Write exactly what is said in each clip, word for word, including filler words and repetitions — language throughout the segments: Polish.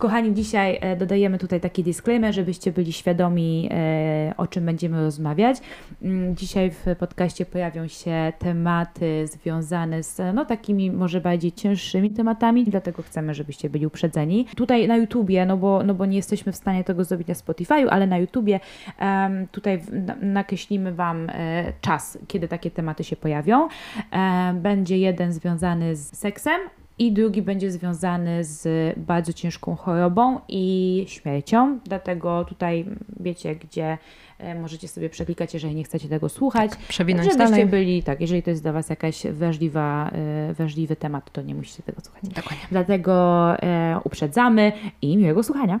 Kochani, dzisiaj dodajemy tutaj taki disclaimer, żebyście byli świadomi, o czym będziemy rozmawiać. Dzisiaj w podcaście pojawią się tematy związane z no takimi może bardziej cięższymi tematami, dlatego chcemy, żebyście byli uprzedzeni. Tutaj na YouTubie, no bo, no bo nie jesteśmy w stanie tego zrobić na Spotify'u, ale na YouTubie um, tutaj nakreślimy Wam e, czas, kiedy takie tematy się pojawią. E, będzie jeden związany z seksem, i drugi będzie związany z bardzo ciężką chorobą i śmiercią. Dlatego tutaj wiecie, gdzie e, możecie sobie przeklikać, jeżeli nie chcecie tego słuchać. Tak, przewinąć żebyście dalej. byli, tak, jeżeli to jest dla Was jakaś wrażliwa, e, wrażliwy temat, to nie musicie tego słuchać. Dokładnie. Dlatego e, uprzedzamy i miłego słuchania.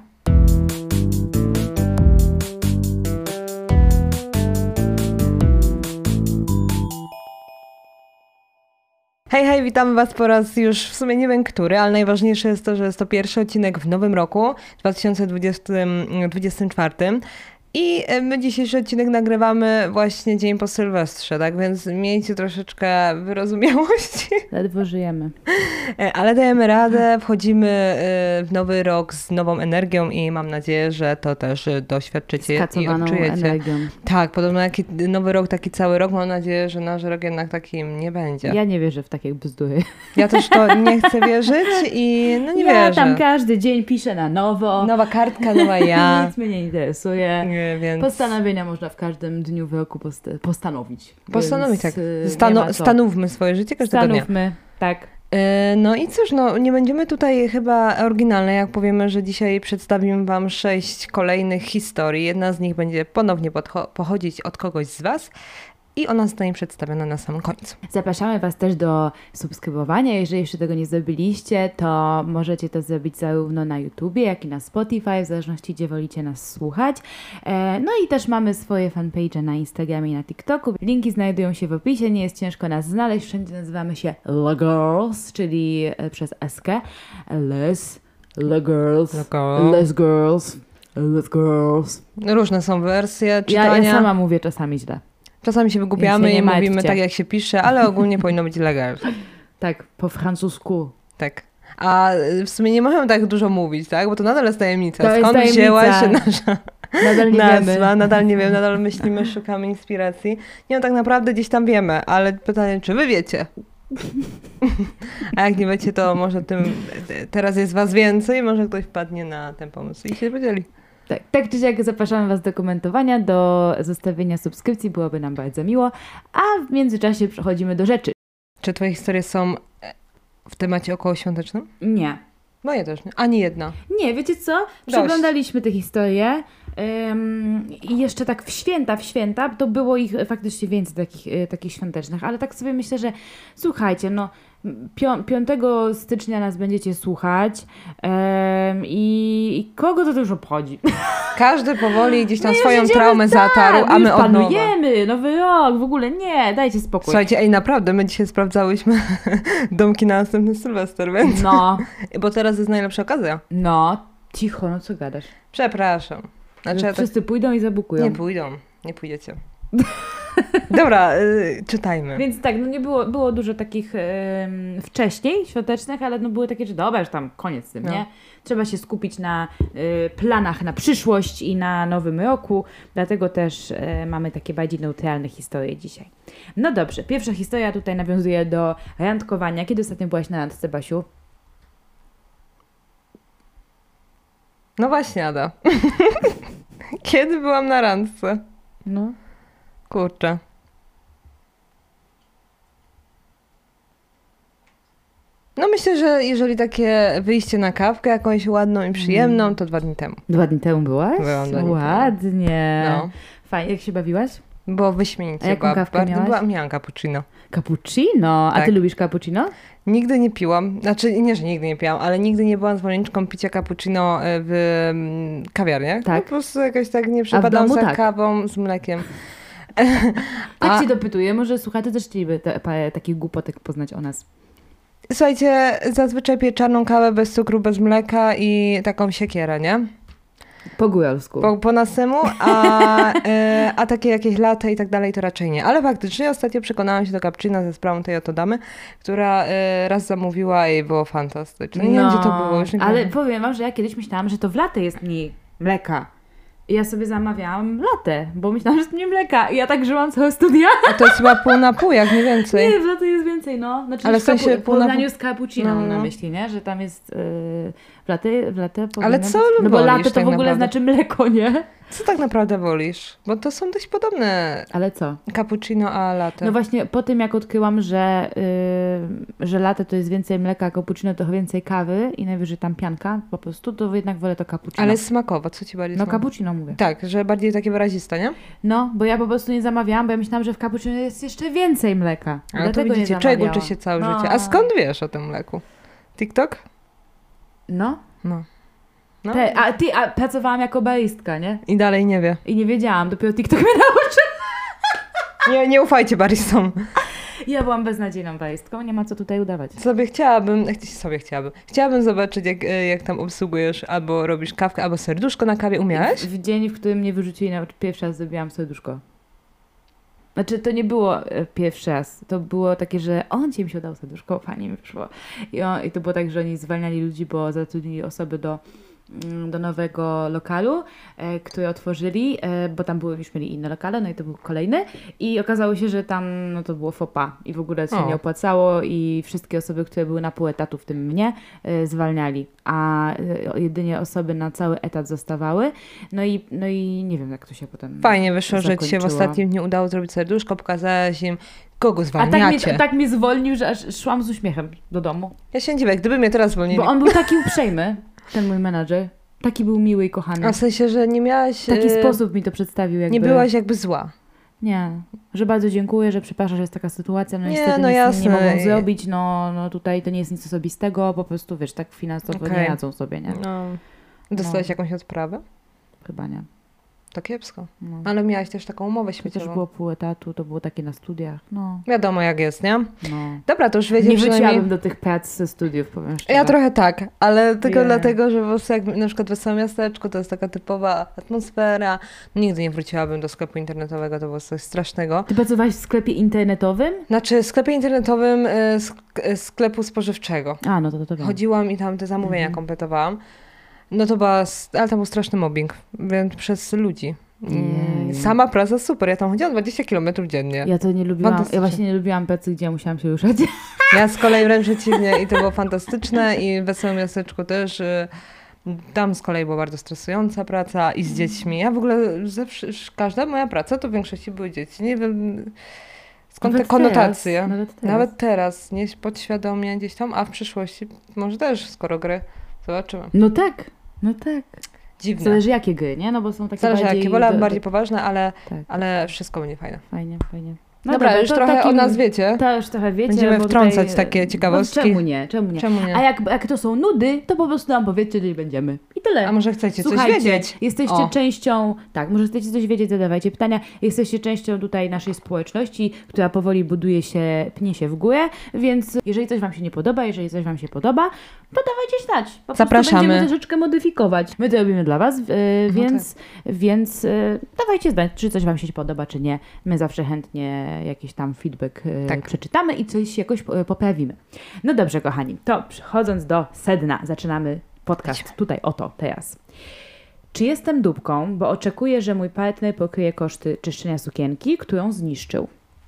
Hej, hej, witamy Was po raz już w sumie nie wiem który, ale najważniejsze jest to, że jest to pierwszy odcinek w nowym roku, dwa tysiące dwudziestym czwartym. I my dzisiejszy odcinek nagrywamy właśnie dzień po Sylwestrze, tak więc miejcie troszeczkę wyrozumiałości. Ledwo żyjemy. Ale dajemy radę, wchodzimy w nowy rok z nową energią i mam nadzieję, że to też doświadczycie i odczujecie. Energią. Tak, podobno jaki nowy rok, taki cały rok, mam nadzieję, że nasz rok jednak takim nie będzie. Ja nie wierzę w takie bzdury. Ja też to nie chcę wierzyć i no nie ja wierzę. Ja tam każdy dzień piszę na nowo. Nowa kartka, nowa ja. Nic mnie nie interesuje. Nie, więc... Postanowienia można w każdym dniu w roku post- postanowić. Postanowić, więc, tak. Stano- stanówmy swoje życie każdego dnia. Stanówmy, tak. No i cóż, no nie będziemy tutaj chyba oryginalne, jak powiemy, że dzisiaj przedstawimy Wam sześć kolejnych historii. Jedna z nich będzie ponownie podcho- pochodzić od kogoś z Was i ona zostanie przedstawiona na samym końcu. Zapraszamy Was też do subskrybowania. Jeżeli jeszcze tego nie zrobiliście, to możecie to zrobić zarówno na YouTubie, jak i na Spotify, w zależności gdzie wolicie nas słuchać. No i też mamy swoje fanpage na Instagramie i na TikToku. Linki znajdują się w opisie, nie jest ciężko nas znaleźć. Wszędzie nazywamy się Le Girls, czyli przez eskę. Les, Le Girls, Le Girl. Les Girls, Les Girls. Różne są wersje czytania. Ja, ja sama mówię czasami źle. Czasami się wygłupiamy i martwcie. mówimy tak, jak się pisze, ale ogólnie powinno być legal. Tak, po francusku. Tak. A w sumie nie możemy tak dużo mówić, tak? Bo to nadal jest tajemnica. To jest Skąd tajemnica. wzięła się nasza nadal nie nazwa? wiemy. Nadal nie wiem, nadal myślimy, szukamy inspiracji. Nie, no tak naprawdę gdzieś tam wiemy, ale pytanie, czy wy wiecie? A jak nie wiecie, to może tym teraz jest Was więcej, może ktoś wpadnie na ten pomysł i się podzieli. Tak, tak czy siak zapraszamy Was do komentowania, do zostawienia subskrypcji, byłoby nam bardzo miło, a w międzyczasie przechodzimy do rzeczy. Czy Twoje historie są w temacie okołoświątecznym? Nie. Moje też nie. Ani jedna. Nie, wiecie co? Przeglądaliśmy te historie ym, i jeszcze tak w święta, w święta, to było ich faktycznie więcej takich, y, takich świątecznych, ale tak sobie myślę, że słuchajcie, no piątego stycznia nas będziecie słuchać ym, i, i kogo to już obchodzi? Każdy powoli gdzieś tam no swoją traumę tak, zatarł, a my od nowa. planujemy nowy rok, w ogóle nie, dajcie spokój. Słuchajcie, ej, naprawdę, my dzisiaj sprawdzałyśmy domki na następny Sylwester, więc... No. Bo teraz jest najlepsza okazja. No, cicho, no co gadasz? Przepraszam. Znaczy, ja wszyscy tak... pójdą i zabukują. Nie pójdą, nie pójdziecie. Dobra, y, czytajmy. Więc tak, no nie było, było dużo takich y, wcześniej świątecznych, ale no były takie, że dobra, już tam koniec z tym, no. Nie? Trzeba się skupić na y, planach na przyszłość i na nowym roku, dlatego też y, mamy takie bardziej neutralne historie dzisiaj. No dobrze, pierwsza historia tutaj nawiązuje do randkowania. Kiedy ostatnio byłaś na randce, Basiu? No właśnie, Ada. Kiedy byłam na randce? No. Kurczę. No myślę, że jeżeli takie wyjście na kawkę jakąś ładną i przyjemną, mm. to dwa dni temu. Dwa dni temu byłaś? Byłam dwa dni Ładnie. Temu. No. Fajnie. Jak się bawiłaś? Było wyśmienicie. A jaką była, kawkę bardzo, miałaś? była, miałam cappuccino. Cappuccino? A tak. ty lubisz cappuccino? Nigdy nie piłam. Znaczy, nie, że nigdy nie piłam, ale nigdy nie byłam zwolenniczką picia cappuccino w kawiarniach. Tak. No, po prostu jakoś tak nie przepadam za tak. kawą z mlekiem. Tak A... się dopytuję. Może słuchacze też chcieliby te, parę takich głupotek poznać o nas. Słuchajcie, zazwyczaj piję czarną kawę bez cukru, bez mleka i taką siekierę, nie? Po góralsku. Po, po nasemu, a, e, a takie jakieś latte i tak dalej to raczej nie. Ale faktycznie ostatnio przekonałam się do cappuccina ze sprawą tej oto damy, która e, raz zamówiła i było fantastyczne. Nie no, wiem, gdzie to było. Już nie ale wiem. powiem wam, że ja kiedyś myślałam, że to w latte jest mniej mleka. I ja sobie zamawiałam latte, bo myślałam, że jest mniej mleka. I ja tak żyłam całe studia. A to jest chyba pół na pół, jak nie więcej. Nie, w latte jest więcej, no. Znaczy, Ale w, w sensie kapu- w pół na porównaniu pół- z cappuccino no, mam na no. myśli, nie? Że tam jest yy, w latte, w latte Ale powinno co być... No bo wolisz latte to tak w ogóle naprawdę? znaczy mleko, nie? Co tak naprawdę wolisz? Bo to są dość podobne Ale co? cappuccino a latte. No właśnie po tym, jak odkryłam, że, yy, że latte to jest więcej mleka, a cappuccino to więcej kawy i najwyżej tam pianka po prostu, to jednak wolę to cappuccino. Ale smakowo, co ci bardziej No smakuje? cappuccino mówię. Tak, że bardziej takie wyraziste, nie? No, bo ja po prostu nie zamawiałam, bo ja myślałam, że w cappuccino jest jeszcze więcej mleka. Ale to Dlatego widzicie, nie człowiek zamawiałam. uczy się całe no. życie. A skąd wiesz o tym mleku? TikTok? No. No. no. Te, a ty, a pracowałam jako baristka, nie? I dalej nie wie. I nie wiedziałam, dopiero TikTok mnie nauczył. Nie, nie ufajcie baristom. Ja byłam beznadziejną baristką, nie ma co tutaj udawać. Sobie chciałabym, ch- sobie chciałabym, chciałabym zobaczyć, jak, e, jak tam obsługujesz, albo robisz kawkę, albo serduszko na kawie. Umiałeś? W dzień, w którym mnie wyrzucili, na pierwszy raz zrobiłam serduszko. Znaczy, to nie było e, pierwszy raz. To było takie, że on ci mi się udało serduszko, fajnie mi wyszło. I, on, I to było tak, że oni zwalniali ludzi, bo zatrudnili osoby do, mm, do nowego lokalu, e, który otworzyli, e, bo tam były, już mieli inne lokale, no i to był kolejny. I okazało się, że tam no to było fopa i w ogóle się O. nie opłacało i wszystkie osoby, które były na pół etatu, w tym mnie, e, zwalniali. A e, jedynie osoby na cały etat zostawały. No i, no i nie wiem, jak to się potem Fajnie wyszło, że ci się w zakończyło. ostatnim dniu udało zrobić serduszko, pokazałaś im, kogo A tak zwalniacie. mnie, tak mnie zwolnił, że aż szłam z uśmiechem do domu. Ja się nie dziwię, gdyby mnie teraz zwolnili. Bo on był taki uprzejmy, ten mój menadżer. Taki był miły i kochany. A w sensie, że nie miałaś... W taki e, sposób mi to przedstawił jakby. Nie byłaś jakby zła. Nie, że bardzo dziękuję, że przepraszam, że jest taka sytuacja, no Nie, niestety no nic jasne. nie mogą zrobić, no, no tutaj to nie jest nic osobistego, po prostu wiesz, tak finansowo Okej. nie radzą sobie, nie? No. Dostałeś No. jakąś odprawę? Chyba nie. To kiepsko. No. Ale miałaś też taką umowę To też śmieciową. było pół etatu, to było takie na studiach, no. Wiadomo jak jest, nie? no. Dobra, to już wiecie Nie przynajmniej... wróciłabym do tych prac ze studiów, powiem szczerze. Ja trochę tak, ale tylko Nie. dlatego, że po prostu jak na przykład Wesołe Miasteczko to jest taka typowa atmosfera. Nigdy nie wróciłabym do sklepu internetowego, to było coś strasznego. Ty pracowałaś w sklepie internetowym? Znaczy w sklepie internetowym y, sk- y, sklepu spożywczego. A, no to to wiem. Chodziłam i tam te zamówienia Mhm. kompletowałam. No to była, s- ale tam był straszny mobbing, wręcz przez ludzi. Mm, Jej. Sama praca super, ja tam chodziłam dwadzieścia kilometrów dziennie. Ja to nie lubiłam, ja Fantastycznie. właśnie nie lubiłam pracy, gdzie musiałam się ruszać. Ja z kolei wręcz przeciwnie i to było fantastyczne i w Wesołym Miasteczku też. y, Tam z kolei była bardzo stresująca praca i z dziećmi. Ja w ogóle zawsze, każda moja praca to w większości były dzieci. Nie wiem skąd Nawet te konotacje. Teraz, nawet teraz. Nawet teraz, nie podświadomie gdzieś tam, a w przyszłości może też skoro gry. Zobaczymy. No tak, no tak. Dziwne. Zależy jakie gry, nie? No bo są takie Zależy bardziej... jakie, wolałam do- bardziej poważne, ale, Tak, ale wszystko będzie fajne. fajnie, fajnie. No dobra, już to trochę takim- o nas wiecie. To już trochę wiecie. Będziemy bo wtrącać tutaj, takie ciekawostki. No, czemu nie, czemu nie? Czemu nie? A jak, jak to są nudy, to po prostu nam powiedzcie, że będziemy. I tyle. A może chcecie Słuchajcie, coś wiedzieć? jesteście O. częścią, tak, może chcecie coś wiedzieć, zadawajcie pytania. Jesteście częścią tutaj naszej społeczności, która powoli buduje się, pnie się w górę, więc jeżeli coś wam się nie podoba, jeżeli coś wam się podoba, to dawajcie znać. Po prostu Zapraszamy. będziemy troszeczkę modyfikować. My to robimy dla was, yy, No więc, więc yy, dawajcie znać, czy coś wam się podoba, czy nie. My zawsze chętnie jakiś tam feedback yy, Tak. przeczytamy i coś jakoś yy, poprawimy. No dobrze, kochani, to przechodząc do sedna, zaczynamy podcast Idźmy. tutaj, oto, teraz. Czy jestem dupką, bo oczekuję, że mój partner pokryje koszty czyszczenia sukienki, którą zniszczył?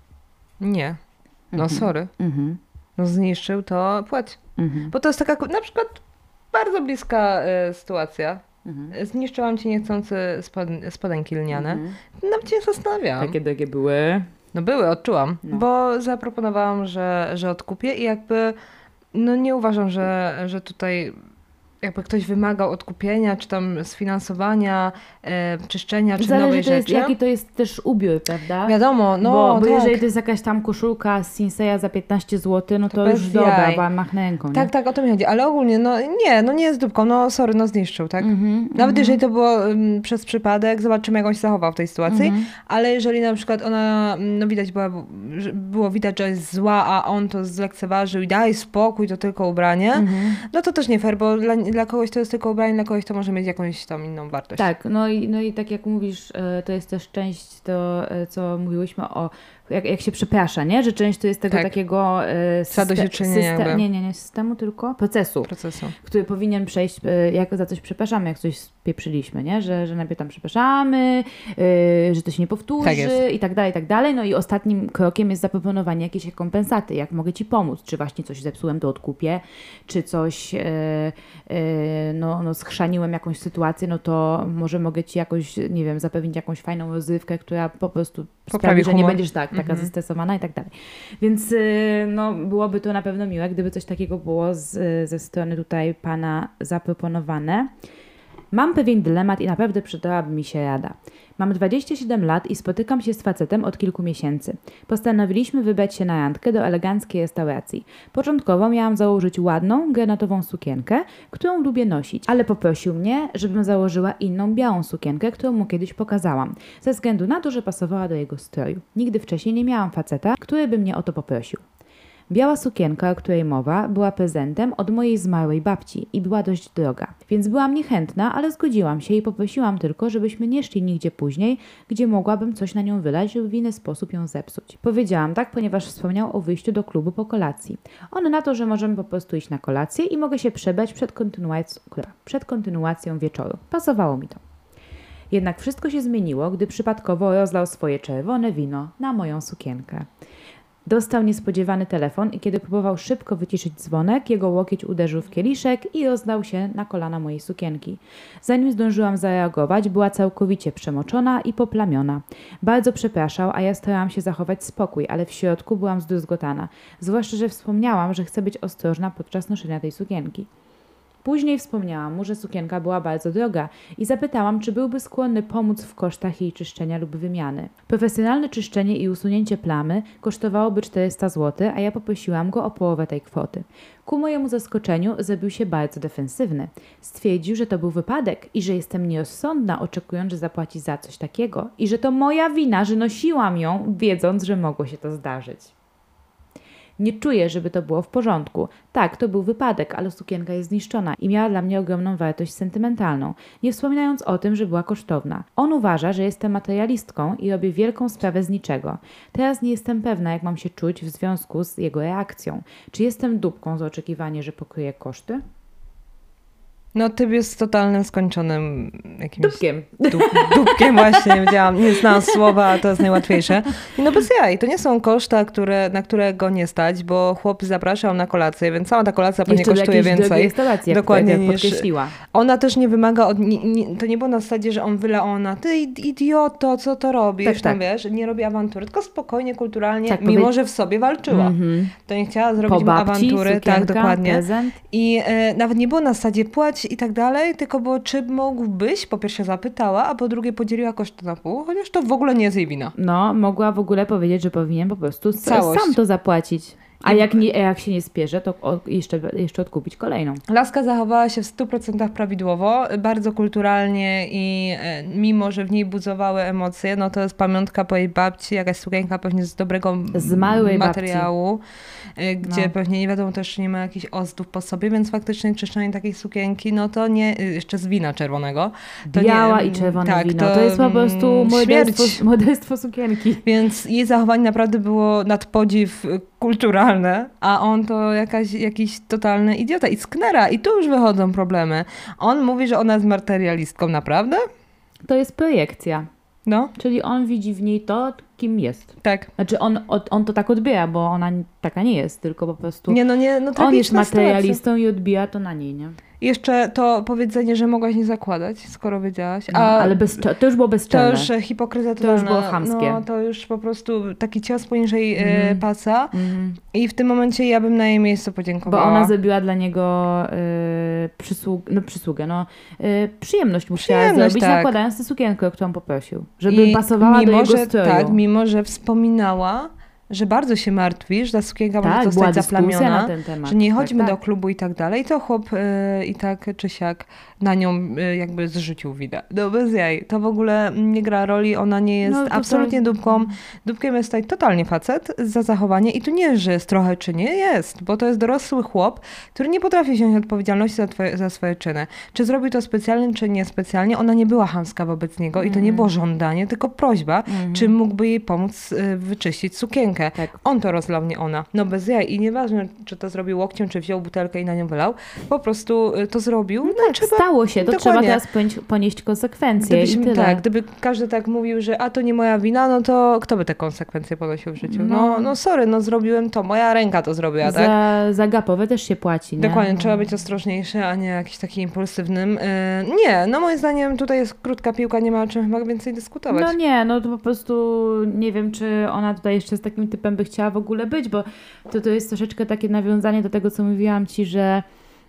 Nie. No Mhm. sorry. Mhm. No zniszczył, to płać. Mhm. Bo to jest taka na przykład bardzo bliska e, sytuacja. Mhm. Zniszczyłam ci niechcący spod, spodenki lniane. Mhm. Nawet się nie zastanawiałam. Takie drogie były. No były, odczułam. No. Bo zaproponowałam, że, że odkupię i jakby no nie uważam, że, że tutaj jakby ktoś wymagał odkupienia, czy tam sfinansowania, e, czyszczenia, czy nowej Zależy, to jest, rzeczy. jaki to jest też ubiór, prawda? Wiadomo, no bo, bo tak. jeżeli to jest jakaś tam koszulka z Sinseya za piętnaście złotych, no to, To już bez dobra, jaj. bo machnę ręką, nie? Tak, tak, o to mi chodzi. Ale ogólnie, no nie, no nie jest dupką, no sorry, no zniszczył, tak? Mhm, Nawet mhm. jeżeli to było um, przez przypadek, zobaczymy jak on się zachował w tej sytuacji, Mhm. ale jeżeli na przykład ona, mm, no widać była, że było widać, że jest zła, a on to zlekceważył i daj spokój, to tylko ubranie, Mhm. no to też nie fair, bo dla, dla kogoś to jest tylko ubranie, dla kogoś to może mieć jakąś tam inną wartość. Tak, no i, no i tak jak mówisz, to jest też część to, co mówiłyśmy o Jak, jak się przeprasza, nie? Że część to jest tego tak. takiego e, zadośćuczynienia system, nie, nie, nie systemu, tylko procesu, procesu, który powinien przejść, e, jak za coś przepraszamy, jak coś spieprzyliśmy, nie? Że, że najpierw tam przepraszamy, e, że to się nie powtórzy tak jest. i tak dalej, i tak dalej. No i ostatnim krokiem jest zaproponowanie jakiejś kompensaty, jak mogę ci pomóc, czy właśnie coś zepsułem, to odkupię, czy coś e, e, no, no schrzaniłem jakąś sytuację, no to może mogę ci jakoś, nie wiem, zapewnić jakąś fajną rozrywkę, która po prostu sprawi, że nie będziesz tak, taka mhm. zestresowana i tak dalej. Więc no, byłoby to na pewno miłe, gdyby coś takiego było z, ze strony tutaj pana zaproponowane. Mam pewien dylemat i naprawdę przydałaby mi się rada. Mam dwadzieścia siedem lat i spotykam się z facetem od kilku miesięcy. Postanowiliśmy wybrać się na randkę do eleganckiej restauracji. Początkowo miałam założyć ładną, granatową sukienkę, którą lubię nosić, ale poprosił mnie, żebym założyła inną białą sukienkę, którą mu kiedyś pokazałam, ze względu na to, że pasowała do jego stroju. Nigdy wcześniej nie miałam faceta, który by mnie o to poprosił. Biała sukienka, o której mowa, była prezentem od mojej zmarłej babci i była dość droga, więc byłam niechętna, ale zgodziłam się i poprosiłam tylko, żebyśmy nie szli nigdzie później, gdzie mogłabym coś na nią wylać, żeby w inny sposób ją zepsuć. Powiedziałam tak, ponieważ wspomniał o wyjściu do klubu po kolacji. On na to, że możemy po prostu iść na kolację i mogę się przebrać przed kontynuacją, przed kontynuacją wieczoru. Pasowało mi to. Jednak wszystko się zmieniło, gdy przypadkowo rozlał swoje czerwone wino na moją sukienkę. Dostał niespodziewany telefon i kiedy próbował szybko wyciszyć dzwonek, jego łokieć uderzył w kieliszek i rozlał się na kolana mojej sukienki. Zanim zdążyłam zareagować, była całkowicie przemoczona i poplamiona. Bardzo przepraszał, a ja starałam się zachować spokój, ale w środku byłam zdruzgotana. Zwłaszcza, że wspomniałam, że chcę być ostrożna podczas noszenia tej sukienki. Później wspomniałam mu, że sukienka była bardzo droga i zapytałam, czy byłby skłonny pomóc w kosztach jej czyszczenia lub wymiany. Profesjonalne czyszczenie i usunięcie plamy kosztowałoby czterysta złotych, a ja poprosiłam go o połowę tej kwoty. Ku mojemu zaskoczeniu zrobił się bardzo defensywny. Stwierdził, że to był wypadek i że jestem nierozsądna, oczekując, że zapłaci za coś takiego i że to moja wina, że nosiłam ją, wiedząc, że mogło się to zdarzyć. Nie czuję, żeby to było w porządku. Tak, to był wypadek, ale sukienka jest zniszczona i miała dla mnie ogromną wartość sentymentalną, nie wspominając o tym, że była kosztowna. On uważa, że jestem materialistką i robię wielką sprawę z niczego. Teraz nie jestem pewna, jak mam się czuć w związku z jego reakcją. Czy jestem dupką za oczekiwanie, że pokryje koszty? No typ jest totalnym skończonym jakimś... Dupkiem. Dup, dupkiem właśnie, nie wiedziałam, nie znałam słowa, a to jest najłatwiejsze. No bez jaj, to nie są koszta, które, na które go nie stać, bo chłop zapraszał na kolację, więc cała ta kolacja pewnie kosztuje więcej. Dokładnie niż... podkreśliła. Ona też nie wymaga, od, nie, nie, to nie było na zasadzie, że on wyla ona, ty idioto, co to robisz, tak, tam tak. Wiesz, nie robi awantury, tylko spokojnie, kulturalnie, tak, mimo powie... że w sobie walczyła. Mm-hmm. To nie chciała zrobić mu awantury. Sukienka, tak, dokładnie. Prezent. I e, nawet nie było na zasadzie płać i tak dalej, tylko było, czy mógłbyś, po pierwsze zapytała, a po drugie podzieliła koszty na pół, chociaż to w ogóle nie jest jej wina. No, mogła w ogóle powiedzieć, że powinien po prostu Całość. sam to zapłacić. A jak, nie, jak się nie spierze, to jeszcze, jeszcze odkupić kolejną. Laska zachowała się w stu procentach prawidłowo, bardzo kulturalnie i e, mimo, że w niej buzowały emocje, no to jest pamiątka po jej babci, jakaś sukienka pewnie z dobrego Zmarłej materiału, e, gdzie no. pewnie nie wiadomo też, czy nie ma jakichś ozdób po sobie, więc faktycznie czyszczenie takiej sukienki, no to nie, jeszcze z wina czerwonego. To Biała nie, i czerwone tak, wino, to, to jest po prostu morderstwo, morderstwo sukienki. Więc jej zachowanie naprawdę było nad podziw kulturalne, a on to jakaś, jakiś totalny idiota i sknera i tu już wychodzą problemy. On mówi, że ona jest materialistką, naprawdę? To jest projekcja. No. Czyli on widzi w niej to, kim jest. Tak. Znaczy on, on to tak odbiera, bo ona taka nie jest, tylko po prostu nie, no nie, no on jest materialistą sytuacja. I odbija to na niej, nie? Jeszcze to powiedzenie, że mogłaś nie zakładać, skoro wiedziałaś. A, no, ale bez, to już było bezczelne. To już hipokryzja totalna. To już było chamskie. No, to już po prostu taki cios poniżej mm. e, pasa. Mm. I w tym momencie ja bym na jej miejscu podziękowała. Bo ona zrobiła dla niego y, przysług, no, przysługę, no, y, przyjemność mu chciała zrobić, tak. nakładając tę sukienkę, o którą poprosił. Żeby I pasowała mimo, do jego że, stroju. Tak, mimo że wspominała, że bardzo się martwisz, że sukienka tak, może zostać zaplamiona, na ten temat. że nie chodźmy tak, do tak. klubu i tak dalej, to chłop y, i tak czy siak na nią y, jakby zrzucił widać. No bez jaj. To w ogóle nie gra roli, ona nie jest No, to absolutnie to... dupką. Dupkiem jest tutaj totalnie facet za zachowanie i tu nie jest, że jest trochę czy nie, jest, bo to jest dorosły chłop, który nie potrafi wziąć odpowiedzialności za, twoje, za swoje czyny. Czy zrobił to specjalnie, czy niespecjalnie, ona nie była chamska wobec niego mm. i to nie było żądanie, tylko prośba, mm. czy mógłby jej pomóc y, wyczyścić sukienkę. Tak. On to rozlał, nie ona. No bez jaj. I nieważne, czy to zrobił łokciem, czy wziął butelkę i na nią wylał, po prostu y, to zrobił. No, tak, trzeba, stało się, to dokładnie. trzeba teraz ponieść, ponieść konsekwencje Gdybyśmy, i tyle. Tak, gdyby każdy tak mówił, że a to nie moja wina, no to kto by te konsekwencje ponosił w życiu? No, no, no sorry, no zrobiłem to, moja ręka to zrobiła, za, tak? Za gapowe też się płaci, nie? Dokładnie, no. trzeba być ostrożniejszy, a nie jakiś taki impulsywnym. Yy, nie, no moim zdaniem tutaj jest krótka piłka, nie ma o czym chyba więcej dyskutować. No nie, no to po prostu nie wiem, czy ona tutaj jeszcze z takim typem by chciała w ogóle być, bo to, to jest troszeczkę takie nawiązanie do tego, co mówiłam ci, że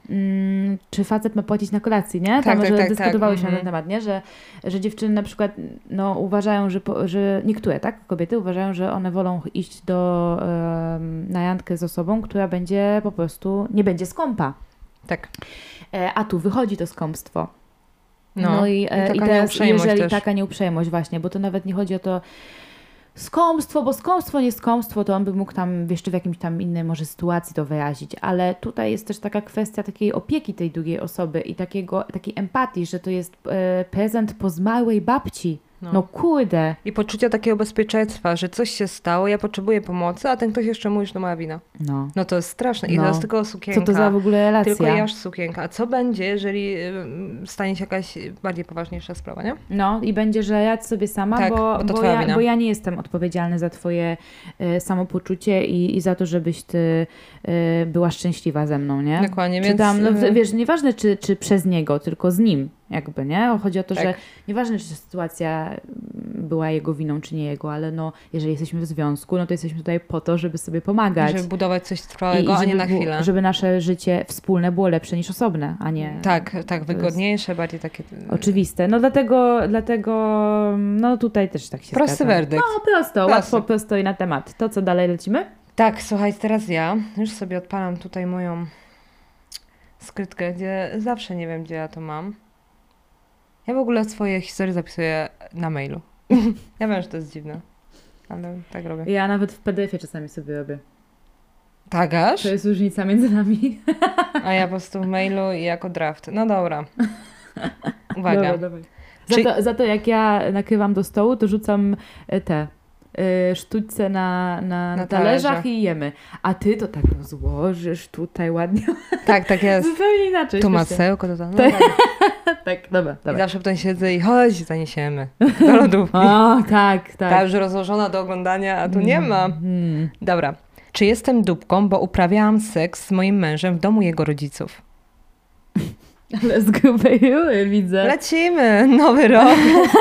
mm, czy facet ma płacić na kolacji, nie? Tam, tak, tak, że tak, dyskutowałyśmy tak. na ten temat, nie? Że, że dziewczyny na przykład no, uważają, że, po, że niektóre, tak? Kobiety uważają, że one wolą iść do, um, na randkę z osobą, która będzie po prostu, nie będzie skąpa. Tak. E, a tu wychodzi to skąpstwo. No, no i, i, e, i taka teraz, jeżeli też. taka nieuprzejmość właśnie, bo to nawet nie chodzi o to skąpstwo, bo skąpstwo, nie skąpstwo, to on by mógł tam jeszcze w jakimś tam innej może sytuacji to wyrazić, ale tutaj jest też taka kwestia takiej opieki tej drugiej osoby i takiego, takiej empatii, że to jest e, prezent po zmarłej babci. No. no kurde. I poczucia takiego bezpieczeństwa, że coś się stało, ja potrzebuję pomocy, a ten ktoś jeszcze mówi, że to moja wina. No. No to jest straszne. I no. teraz tylko sukienka. Co to za w ogóle relacja? Tylko jaż sukienka. A co będzie, jeżeli stanie się jakaś bardziej poważniejsza sprawa, nie? No i będzie, że radź sobie sama, tak, bo, bo, to bo, twoja ja, wina. bo ja nie jestem odpowiedzialny za twoje y, samopoczucie i, i za to, żebyś ty y, była szczęśliwa ze mną, nie? Dokładnie, czy więc... Tam, no, wiesz, nieważne czy, czy przez niego, tylko z nim jakby, nie? Chodzi o to, tak. że nieważne, czy sytuacja była jego winą, czy nie jego, ale no, jeżeli jesteśmy w związku, no to jesteśmy tutaj po to, żeby sobie pomagać. I żeby budować coś trwałego, I, i a nie żeby, na chwilę. Żeby nasze życie wspólne było lepsze niż osobne, a nie... Tak, tak, wygodniejsze, bardziej takie... Oczywiste. No dlatego, dlatego no tutaj też tak się Prosty zgadza. werdykt. No prosto, Prosty. łatwo, prosto i na temat. To co dalej lecimy? Tak, słuchaj, teraz ja już sobie odpalam tutaj moją skrytkę, gdzie zawsze nie wiem, gdzie ja to mam. Ja w ogóle swoje historie zapisuję na mailu. Ja wiem, że to jest dziwne, ale tak robię. Ja nawet w P D F-ie czasami sobie robię. Tak aż? To jest różnica między nami. A ja po prostu w mailu i jako draft. No dobra. Uwaga. Dobra, dobra. Za, Czy... to, za to jak ja nakrywam do stołu, to rzucam te y, sztućce na, na, na talerzach talerze. I jemy. A ty to tak rozłożysz tutaj ładnie. Tak, tak jest. Zupełnie inaczej. Tu masełko, to tam. No, tak. tak, dobra, dobra. I zawsze potem siedzę i chodź, zaniesiemy do lodówki. O, tak, tak. Ta już rozłożona do oglądania, a tu nie ma. Mm. Dobra. Czy jestem dupką, bo uprawiałam seks z moim mężem w domu jego rodziców? Ale z grubej rury widzę. Lecimy! Nowy rok.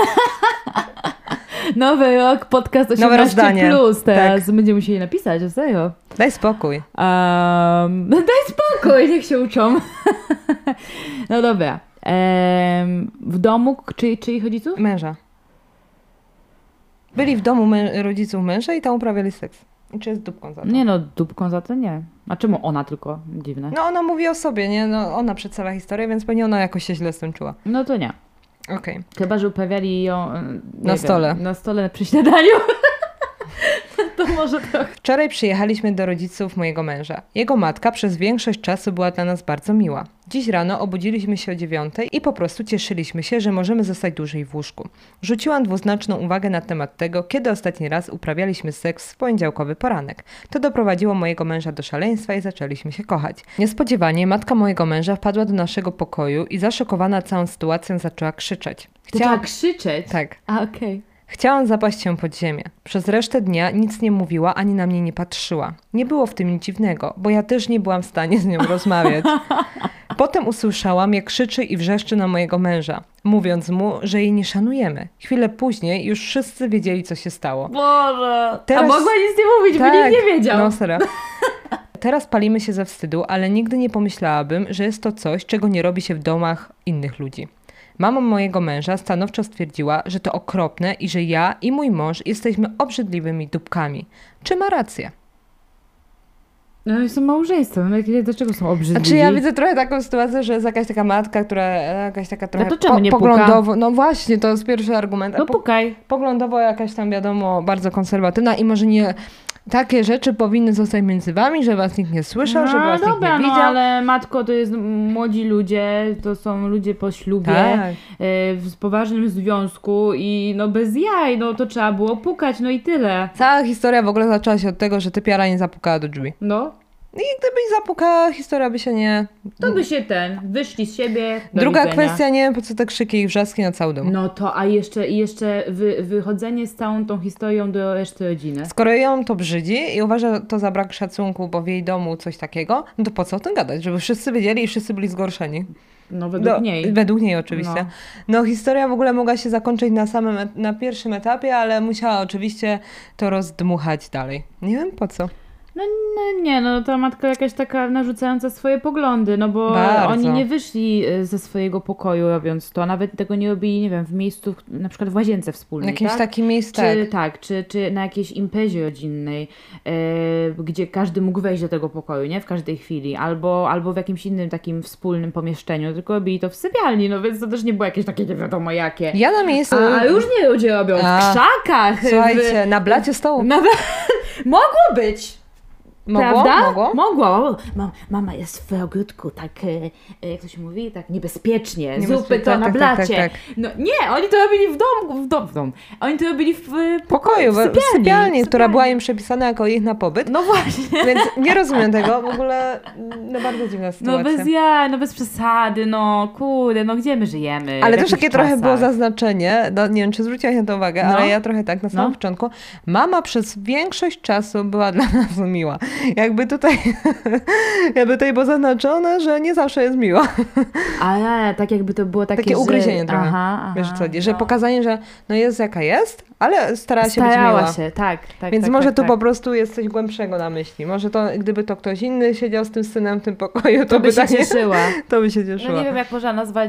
Nowy rok, podcast osiemnaście plus teraz. Tak. Będziemy musieli napisać, o serio. Daj spokój. Um, daj spokój, niech się uczą. No dobra. Um, w domu czy, czyich rodziców? Męża. Byli w domu mę- rodziców męża i tam uprawiali seks. I czy jest dupką za to? Nie no, dupką za to nie. A czemu ona tylko? Dziwne. No ona mówi o sobie, nie? No ona przedstawia historię, więc pewnie ona jakoś się źle z tym czuła. No to nie. Okej. Okay. Chyba, że uprawiali ją na wiem, stole. Na stole przy śniadaniu. To może trochę. Wczoraj przyjechaliśmy do rodziców mojego męża. Jego matka przez większość czasu była dla nas bardzo miła. Dziś rano obudziliśmy się o dziewiątej i po prostu cieszyliśmy się, że możemy zostać dłużej w łóżku. Rzuciłam dwuznaczną uwagę na temat tego, kiedy ostatni raz uprawialiśmy seks w poniedziałkowy poranek. To doprowadziło mojego męża do szaleństwa i zaczęliśmy się kochać. Niespodziewanie matka mojego męża wpadła do naszego pokoju i zaszokowana całą sytuacją zaczęła krzyczeć. Chciała Zaczęła krzyczeć? Tak. A, okej. Okay. Chciałam zapaść się pod ziemię. Przez resztę dnia nic nie mówiła, ani na mnie nie patrzyła. Nie było w tym nic dziwnego, bo ja też nie byłam w stanie z nią rozmawiać. Potem usłyszałam, jak krzyczy i wrzeszczy na mojego męża, mówiąc mu, że jej nie szanujemy. Chwilę później już wszyscy wiedzieli, co się stało. Boże! Teraz... A mogła nic nie mówić, tak, bo nikt nie wiedział. No serio. Teraz palimy się ze wstydu, ale nigdy nie pomyślałabym, że jest to coś, czego nie robi się w domach innych ludzi. Mama mojego męża stanowczo stwierdziła, że to okropne i że ja i mój mąż jesteśmy obrzydliwymi dupkami. Czy ma rację? No oni są małżeństwem, no dlaczego są obrzydliwi? Znaczy ja widzę trochę taką sytuację, że jest jakaś taka matka, która jakaś taka trochę no to czemu nie po, poglądowo, puka? no właśnie, to jest pierwszy argument. No pukaj. Po, poglądowo jakaś tam wiadomo bardzo konserwatywna i może nie takie rzeczy powinny zostać między wami, że was nikt nie słyszał, No żeby was dobra, nikt nie no widział. ale matko to jest młodzi ludzie, to są ludzie po ślubie, Tak. y, w poważnym związku i no bez jaj, no to trzeba było pukać, no i tyle. Cała historia w ogóle zaczęła się od tego, że typiara nie zapukała do drzwi. No, I gdybyś zapukała, historia by się nie... to by się ten, wyszli z siebie, do Druga widzenia. kwestia, nie wiem po co te krzyki i wrzaski na cały dom. No to, a jeszcze, i jeszcze wy, wychodzenie z całą tą historią do reszty rodziny. Skoro ją to brzydzi i uważa to za brak szacunku, bo w jej domu coś takiego, no to po co o tym gadać? Żeby wszyscy wiedzieli i wszyscy byli zgorszeni. No według No, niej. Według niej oczywiście. No. No. historia w ogóle mogła się zakończyć na samym, et- na pierwszym etapie, ale musiała oczywiście to rozdmuchać dalej. Nie wiem po co. No, no nie, no ta matka jakaś taka narzucająca swoje poglądy, no bo Bardzo. oni nie wyszli y, ze swojego pokoju robiąc to, nawet tego nie robili, nie wiem, w miejscu, na przykład w łazience wspólnej, Jakimś tak? takim miejscu, Czy tak. tak, czy, czy na jakiejś imprezie rodzinnej, e, gdzie każdy mógł wejść do tego pokoju, nie? W każdej chwili. Albo, albo w jakimś innym takim wspólnym pomieszczeniu, tylko robili to w sypialni, no więc to też nie było jakieś takie nie wiadomo jakie. Ja na miejscu... A, a już nie ludzie robią w A, krzakach. Słuchajcie, w, na blacie stołu. na, mogło być. Mogło? Prawda? Mogło? Mogło. Ma, mama jest w ogródku, tak, e, jak to się mówi, tak niebezpiecznie. Niebezpiecznie, Zróbmy to tak, na tak, blacie. tak, tak. No nie, oni to robili w domu, w domu, w domu. Oni to robili w, w Pokoju, w w sypialni, sypialni, w która sypialni. była im przepisana jako ich na pobyt. No właśnie. Więc nie rozumiem tego. W ogóle no bardzo dziwna No sytuacja. bez ja, no bez przesady, no kurde, no gdzie my żyjemy? Ale w też jakich takie trochę czasach? było zaznaczenie, no, nie wiem czy zwróciłaś na to uwagę, No. ale ja trochę tak na samym No. początku. Mama przez większość czasu była dla nas miła. Jakby tutaj, jakby tutaj było zaznaczone, że nie zawsze jest miła. Ale tak jakby to było takie, Takie że... ugryzienie trochę. Aha, aha, Wiesz co chodzi, że no. pokazanie, że no jest jaka jest, ale starała się być Starała miła. się, tak, tak. Więc tak, może tak, tu tak. po prostu jest coś głębszego na myśli. Może to, gdyby to ktoś inny siedział z tym synem w tym pokoju, to, To by się pytanie, cieszyła. to by się cieszyła. No nie wiem, jak można nazwać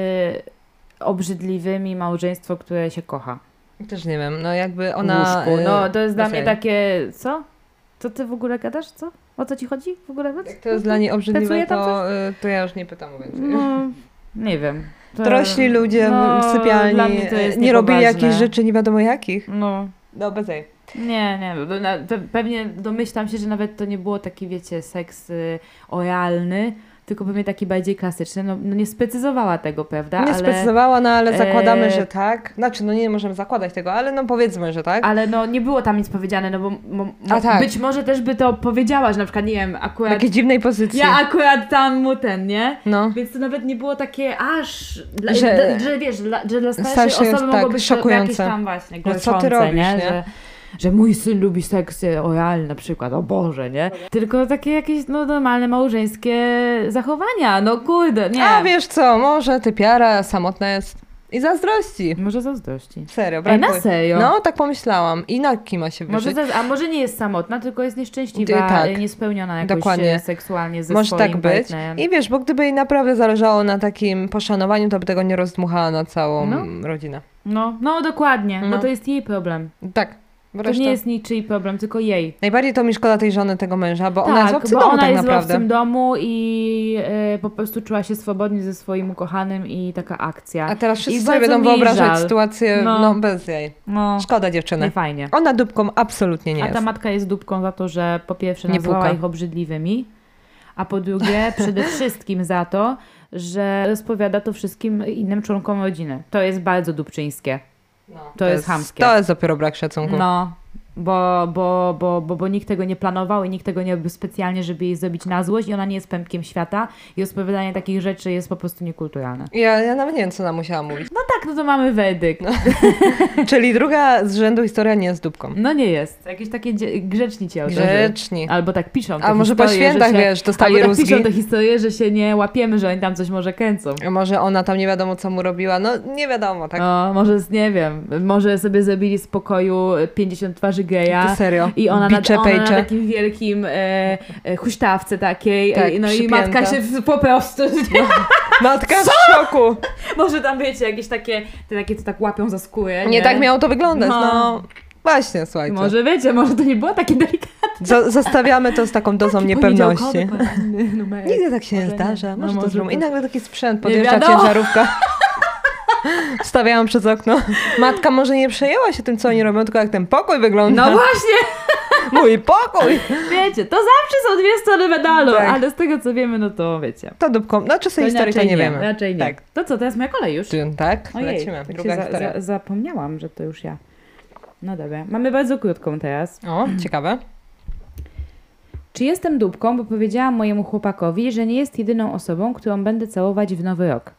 y, obrzydliwymi małżeństwo, które się kocha. Też nie wiem, no jakby W ona... łóżku. No y, to jest dla serio. mnie takie, co? Co ty w ogóle gadasz, co? O co ci chodzi w ogóle? Jak to jest dla niej obrzydliwe, Pracuje tam to, y, to ja już nie pytam o więcej. No, nie wiem. To- Dorośli ludzie no, w sypialni dla mnie to jest nie robili niepoważne. jakichś rzeczy nie wiadomo jakich. No, No bez jej. nie, nie. bo na- pe- Pewnie domyślam się, że nawet to nie było taki, wiecie, seks y, oralny, tylko pewnie taki bardziej klasyczny. No, no nie sprecyzowała tego, prawda? Nie ale, sprecyzowała, no ale zakładamy, e, że tak. Znaczy, no nie możemy zakładać tego, ale no powiedzmy, że tak. ale no nie było tam nic powiedziane, no bo mo, mo, A tak. być może też by to powiedziała, że na przykład, nie wiem, W akurat jakiej dziwnej pozycji. ja akurat tam mu ten, nie? No. Więc to nawet nie było takie aż, dla, Że- że, że wiesz, dla, że dla starszej starszej osoby jest, mogło tak, być to szokujące. jakieś tam właśnie Że co gorszące, ty robisz, nie? nie? Że, że mój syn lubi seks oralny na przykład, o Boże, nie? Tylko takie jakieś no, normalne małżeńskie zachowania, no kurde, nie. A wiesz co, może typiara samotna jest i zazdrości. Może zazdrości. Serio, Ej, na brakuje. serio? No, tak pomyślałam. I na kim ma się Może wyżyć? za, a może nie jest samotna, tylko jest nieszczęśliwa, Ty- tak. e, niespełniona jakoś Dokładnie. e, seksualnie ze Może swoim tak być. partnerem. I wiesz, bo gdyby jej naprawdę zależało na takim poszanowaniu, to by tego nie rozdmuchała na całą No. rodzinę. No, no dokładnie, No. bo to jest jej problem. Tak. To Reszta... nie jest niczyj problem, tylko jej. Najbardziej to mi szkoda tej żony, tego męża, bo ona tak, jest w obcym bo domu ona tak jest w naprawdę. obcym domu i e, po prostu czuła się swobodnie ze swoim ukochanym i taka akcja. A teraz I wszyscy sobie bardzo będą mi jej wyobrażać żal. sytuację no. No. bez jej. No, Szkoda nie dziewczyny. fajnie. Ona dupką absolutnie nie A jest. ta matka jest dupką za to, że po pierwsze Nie nazwała puka. ich obrzydliwymi, a po drugie przede wszystkim za to, że rozpowiada to wszystkim innym członkom rodziny. To jest bardzo dupczyńskie. No, to jest chamskie. To jest dopiero brak szacunku. No, bo, bo, bo, bo, bo nikt tego nie planował i nikt tego nie robił specjalnie, żeby jej zrobić na złość i ona nie jest pępkiem świata i rozpowiadanie takich rzeczy jest po prostu niekulturalne. Ja, ja nawet nie wiem, co ona musiała mówić. No tak, no to mamy werdykt. No, Czyli druga z rzędu historia nie jest dupką. no nie jest. Jakieś takie dzie- grzeczni ci autorzy. Grzeczni. Albo tak piszą te A może po historie, świętach, że się, wiesz, dostali albo tak rózgi. piszą te historie, że się nie łapiemy, że oni tam coś może kręcą. A może ona tam nie wiadomo, co mu robiła. No nie wiadomo, tak? O, może, z- nie wiem, może sobie zrobili z pokoju pięćdziesiąt twarzy geja. To serio. I ona, na, Bicze, ona na pejcze. takim wielkim e, e, huśtawce takiej, Tak, e, no i przypięta. matka się w- po prostu Matka w szoku. Może tam wiecie, jakieś takie, te takie, co tak łapią za skórę, nie? Nie tak miało to wyglądać, no. No. Właśnie, słuchajcie. Może wiecie, może to nie było takie delikatne. Z- zostawiamy to z taką dozą niepewności. Poniedziałkowy numerek. Nigdy tak się nie Może zdarza. No Może to może zróbmy. I to- nagle taki sprzęt Nie podjeżdża wiadomo. ciężarówka. Stawiają przez okno. Matka może nie przejęła się tym, co oni robią, tylko jak ten pokój wygląda. No właśnie, Mój pokój! wiecie, to zawsze są dwie strony medalu, Tak. ale z tego co wiemy, no to wiecie. To dupką. No czy To sobie historii to raczej nie wiemy. Raczej nie. Tak. To co, teraz moja kolej już? Czy- Tak, Ojej, lecimy. tak Druga się za, historia. za, zapomniałam, że to już ja. No dobra, mamy bardzo krótką teraz. O, ciekawe. Czy jestem dupką, bo powiedziałam mojemu chłopakowi, że nie jest jedyną osobą, którą będę całować w nowy rok?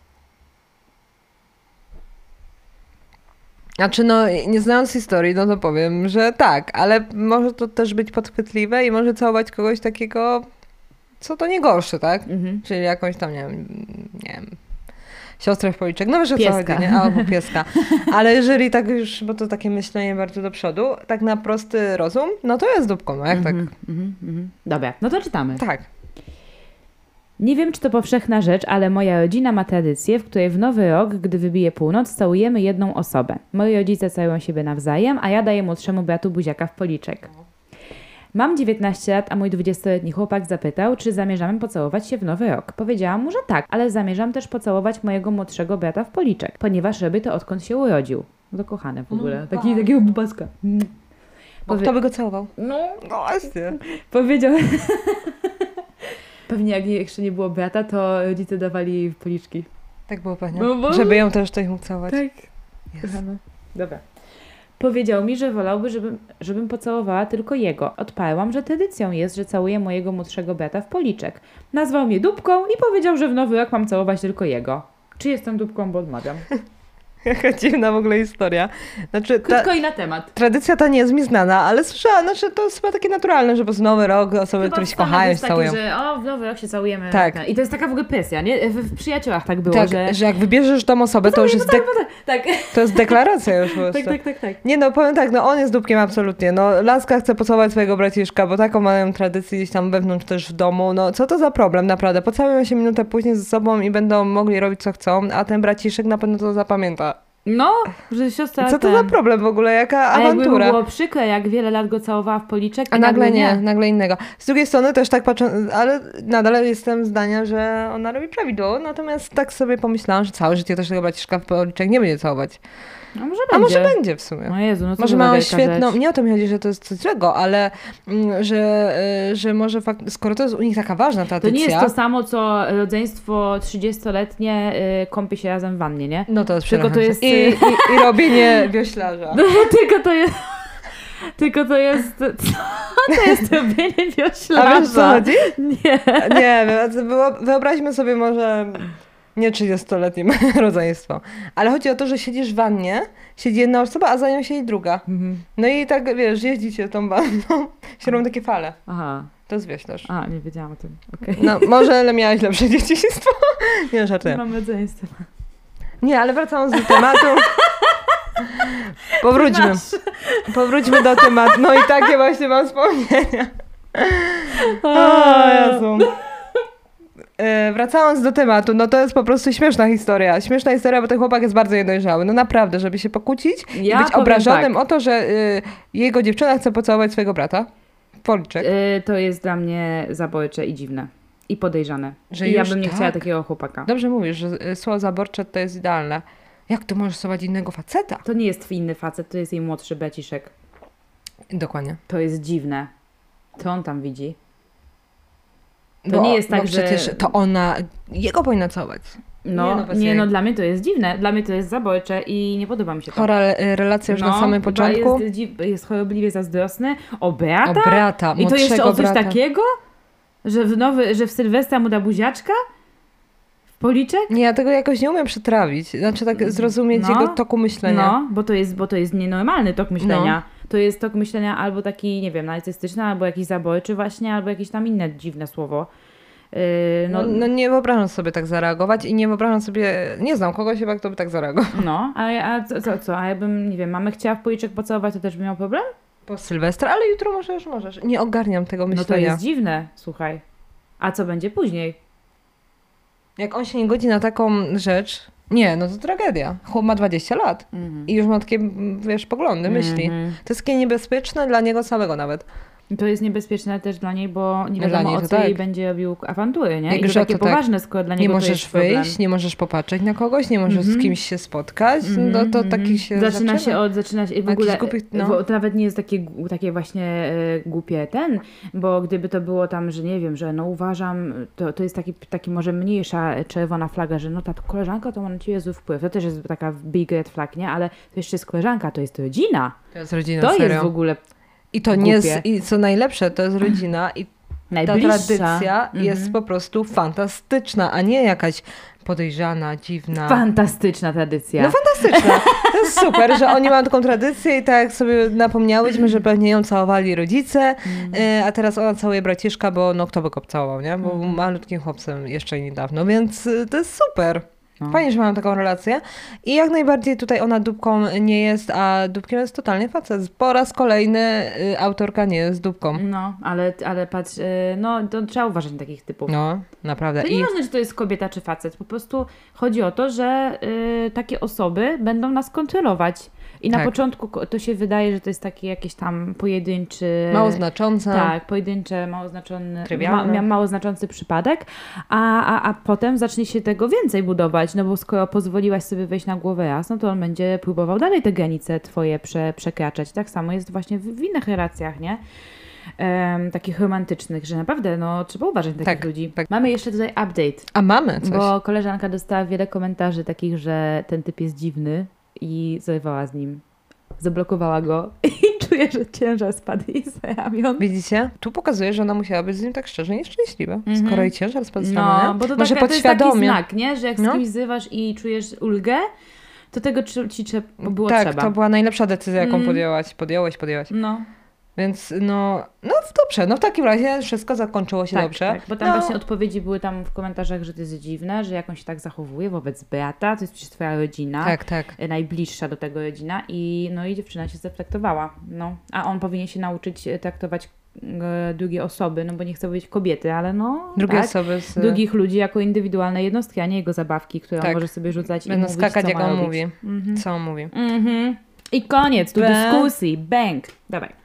Znaczy, no, nie znając historii, no to powiem, że tak, ale może to też być podchwytliwe i może całować kogoś takiego, co to nie gorsze, tak? Mhm. Czyli jakąś tam, nie wiem, nie wiem, siostrę w policzek, no wiesz o co Pieska. chodzi, nie? Albo pieska. Ale jeżeli tak już, bo to takie myślenie bardzo do przodu, tak na prosty rozum, no to jest dupką, no jak Mhm, mhm, mhm. Dobra, no to czytamy. tak? Tak. Nie wiem, czy to powszechna rzecz, ale moja rodzina ma tradycję, w której w nowy rok, gdy wybije północ, całujemy jedną osobę. Moi rodzice całują siebie nawzajem, a ja daję młodszemu bratu buziaka w policzek. Mam dziewiętnaście lat, a mój dwudziestoletni chłopak zapytał, czy zamierzamy pocałować się w nowy rok. Powiedziałam mu, że tak, ale zamierzam też pocałować mojego młodszego brata w policzek, ponieważ robię to odkąd się urodził. No to kochane w ogóle, Taki, takiego bubaska. Mm. Bo Powie- kto by go całował? No, No właśnie. powiedział... Pewnie jak jeszcze nie było brata, to rodzice dawali jej policzki. Tak było pewnie. No bo- Żeby ją też ktoś mógł całować. Tak. Yes. Kochana. Dobra. Powiedział mi, że wolałby, żebym, żebym pocałowała tylko jego. Odparłam, że tradycją jest, że całuję mojego młodszego brata w policzek. Nazwał mnie dupką i powiedział, że w nowy rok mam całować tylko jego. Czy jestem dupką, bo odmawiam. Jaka dziwna w ogóle historia. Znaczy, ta, Krótko i na temat. tradycja ta nie jest mi znana, ale słyszałam, znaczy to jest chyba takie naturalne, że po prostu nowy rok osoby, Chyba które w się Stanach kochają, jest się takie, całują. że o, w nowy rok się całujemy. Tak. I to jest taka w ogóle presja, nie? W, w przyjaciołach tak było, Tak, że... że... jak wybierzesz tą osobę, to już jest, dek- Tak, to jest deklaracja już po prostu. tak, tak, tak, tak. Nie no, powiem tak, no on jest dupkiem absolutnie. No laska chce pocałować swojego braciszka, bo taką mają tradycję gdzieś tam wewnątrz też w domu. No co to za problem, naprawdę. Pocałują się minutę później ze sobą i będą mogli robić co chcą, a ten braciszek na pewno to zapamięta. No, że siostra Co to ten... za problem w ogóle, jaka A jakby mu awantura. było przykre, jak wiele lat go całowała w policzek A i nagle nie, nagle innego. Z drugiej strony też tak patrzę, ale nadal jestem zdania, że ona robi prawidłowo, natomiast tak sobie pomyślałam, że całe życie też tego braciszka w policzek nie będzie całować. A może A będzie. może będzie w sumie. No Jezu, no co Może to za mają wielka świetną, rzecz. nie o to mi chodzi, że to jest coś złego, ale mm, że, y, że może fakt, skoro to jest u nich taka ważna To tradycja, nie jest to samo, co rodzeństwo trzydziestoletnie y, kąpie się razem w wannie, nie? no to jest tylko to przerażające. jest- I, i, i robienie wioślarza. Tylko to jest... Tylko to jest... Co to jest robienie A wioślarza? wiesz co chodzi? Nie. Nie wiem, było- wyobraźmy sobie może nie trzydziestoletnie rodzeństwo, ale chodzi o to, że siedzisz w wannie, siedzi jedna osoba, a za nią siedzi druga. Mhm. No i tak, wiesz, jeździcie tą wanną, się robią takie fale. Aha. To jest wioślarz. A, nie wiedziałam o tym. Okej. No, może ale miałaś lepsze dzieciństwo. Nie, Nie żartuję. mam rodzeństwa. Nie, ale wracając do tematu. Powróćmy. Powróćmy do tematu. No i takie właśnie mam wspomnienia. O Jezu. E, wracając do tematu, no to jest po prostu śmieszna historia. Śmieszna historia, bo ten chłopak jest bardzo niedojrzały. No naprawdę, żeby się pokłócić Ja i być powiem obrażonym tak. o to, że y, jego dziewczyna chce pocałować swojego brata. Policzek. Y, to jest dla mnie zabójcze i dziwne. I podejrzane. Że I ja już bym nie tak? chciała takiego chłopaka. Dobrze mówisz, że y, słowo zaborcze to jest idealne. Jak to możesz całować innego faceta? To nie jest inny facet, to jest jej młodszy braciszek. Dokładnie. To jest dziwne. Co on tam widzi? To Bo, nie jest tak, bo że... przecież to ona jego powinna całować. No, Nie, nie, no, bez no, jej. dla mnie to jest dziwne. Dla mnie to jest zabójcze i nie podoba mi się to. Chora e, relacja już no, na samym chyba początku. Jest, dzi- jest chorobliwie zazdrosny o Beata? O brata, I to jeszcze o coś brata. takiego? Że w, nowy, że w Sylwestra mu da buziaczka? W policzek? Nie, ja tego jakoś nie umiem przetrawić. Znaczy tak zrozumieć No. jego toku myślenia. No, bo to jest, bo to jest nienormalny tok myślenia. To jest tok myślenia albo taki, nie wiem, narcystyczny, albo jakiś zabójczy właśnie, albo jakieś tam inne dziwne słowo. Yy, No, no, no nie wyobrażam sobie tak zareagować i nie wyobrażam sobie, nie znam kogoś chyba, kto by tak zareagował. no, a, a co, co, co? A jakbym, nie wiem, mamę chciała w policzek pocałować, to też by miał problem? Po Sylwestra, ale jutro możesz, możesz. Nie ogarniam tego No to myślenia. jest dziwne, słuchaj. A co będzie później? Jak on się nie godzi na taką rzecz, nie, no to tragedia. Chłop ma dwadzieścia lat Mhm. i już ma takie, wiesz, poglądy, myśli. Mhm. To jest takie niebezpieczne dla niego samego nawet. To jest niebezpieczne też dla niej, bo nie Dla wiadomo niej o to co tak. jej będzie robił awantury, nie? Jak I to że takie to tak. poważne, skoro dla niego Nie to możesz jest problem. wyjść, nie możesz popatrzeć na kogoś, nie możesz z kimś się spotkać, no to Mhm, taki się Zaczyna zaczyna. się od, zaczyna się i w Jakiś ogóle, głupi- no. bo to nawet nie jest takie, gu- takie właśnie e, głupie ten, bo gdyby to było tam, że nie wiem, że no uważam, to, to jest taki, taki może mniejsza e, czerwona flaga, że no ta koleżanka to ma na ciebie zły wpływ, to też jest taka big red flag, nie? Ale to jeszcze jest koleżanka, to jest rodzina. To jest rodzina, To serio. jest w ogóle I to nie jest, głupie. i co najlepsze, to jest rodzina i ta najbliższa. tradycja Mhm. jest po prostu fantastyczna, a nie jakaś podejrzana, dziwna. Fantastyczna tradycja. No fantastyczna. To jest super, że oni mają taką tradycję i tak jak sobie napomniałyśmy, że pewnie ją całowali rodzice, Mhm. y, a teraz ona całuje braciszka, bo no kto by go całował, nie? Bo był Mhm. malutkim chłopcem jeszcze niedawno, więc y, to jest super. No. Fajnie, że mają taką relację. I jak najbardziej tutaj ona dupką nie jest, a dupkiem jest totalnie facet. Po raz kolejny y, autorka nie jest dupką. No, ale, ale patrz, y, no to trzeba uważać na takich typów. No, naprawdę. To I nieważne, czy to jest kobieta czy facet, po prostu chodzi o to, że y, takie osoby będą nas kontrolować. I na Tak. początku ko- to się wydaje, że to jest taki jakiś tam pojedynczy... mało znacząca. Tak, pojedyncze, mało znaczony, ma, Trywialne. ma, mało znaczący przypadek, a, a, a potem zacznie się tego więcej budować, no bo skoro pozwoliłaś sobie wejść na głowę raz, no to on będzie próbował dalej te granice twoje prze, przekraczać. Tak samo jest właśnie w, w innych relacjach, nie? Em, takich romantycznych, że naprawdę no, trzeba uważać na takich Tak, ludzi. tak. Mamy jeszcze tutaj update, A mamy coś. bo koleżanka dostała wiele komentarzy takich, że ten typ jest dziwny i zerwała z nim. Zablokowała go i czuję, że ciężar spadł jej z ramion. Widzicie? Tu pokazuje, że ona musiała być z nim tak szczerze nieszczęśliwa. Mhm. Skoro jej ciężar spadł z ramion, No, nie? bo to, Może taka, to jest taki podświadomie. znak, nie? Że jak z No. kimś zrywasz i czujesz ulgę, to tego ci, ci trze- było tak, trzeba. to była najlepsza decyzja, jaką Mm. podjęłaś. Podjąłeś, podjęłaś. No, Więc no, no dobrze. No w takim razie wszystko zakończyło się tak, dobrze. tak. Bo tam no, właśnie odpowiedzi były tam w komentarzach, że to jest dziwne, że jak on się tak zachowuje wobec brata, to jest przecież twoja rodzina. Tak, tak. e, Najbliższa do tego rodzina i no i dziewczyna się zreflektowała. No. A on powinien się nauczyć e, traktować e, drugie osoby, no bo nie chce powiedzieć kobiety, ale no Drugie tak, osoby z... drugich ludzi jako indywidualne jednostki, a nie jego zabawki, które on Tak. może sobie rzucać Będą i mówić, skakać, co jak ma on robić. mówi. Mhm. Co on mówi. Mhm. I koniec, tu Bang. dyskusji, bang. Dawaj.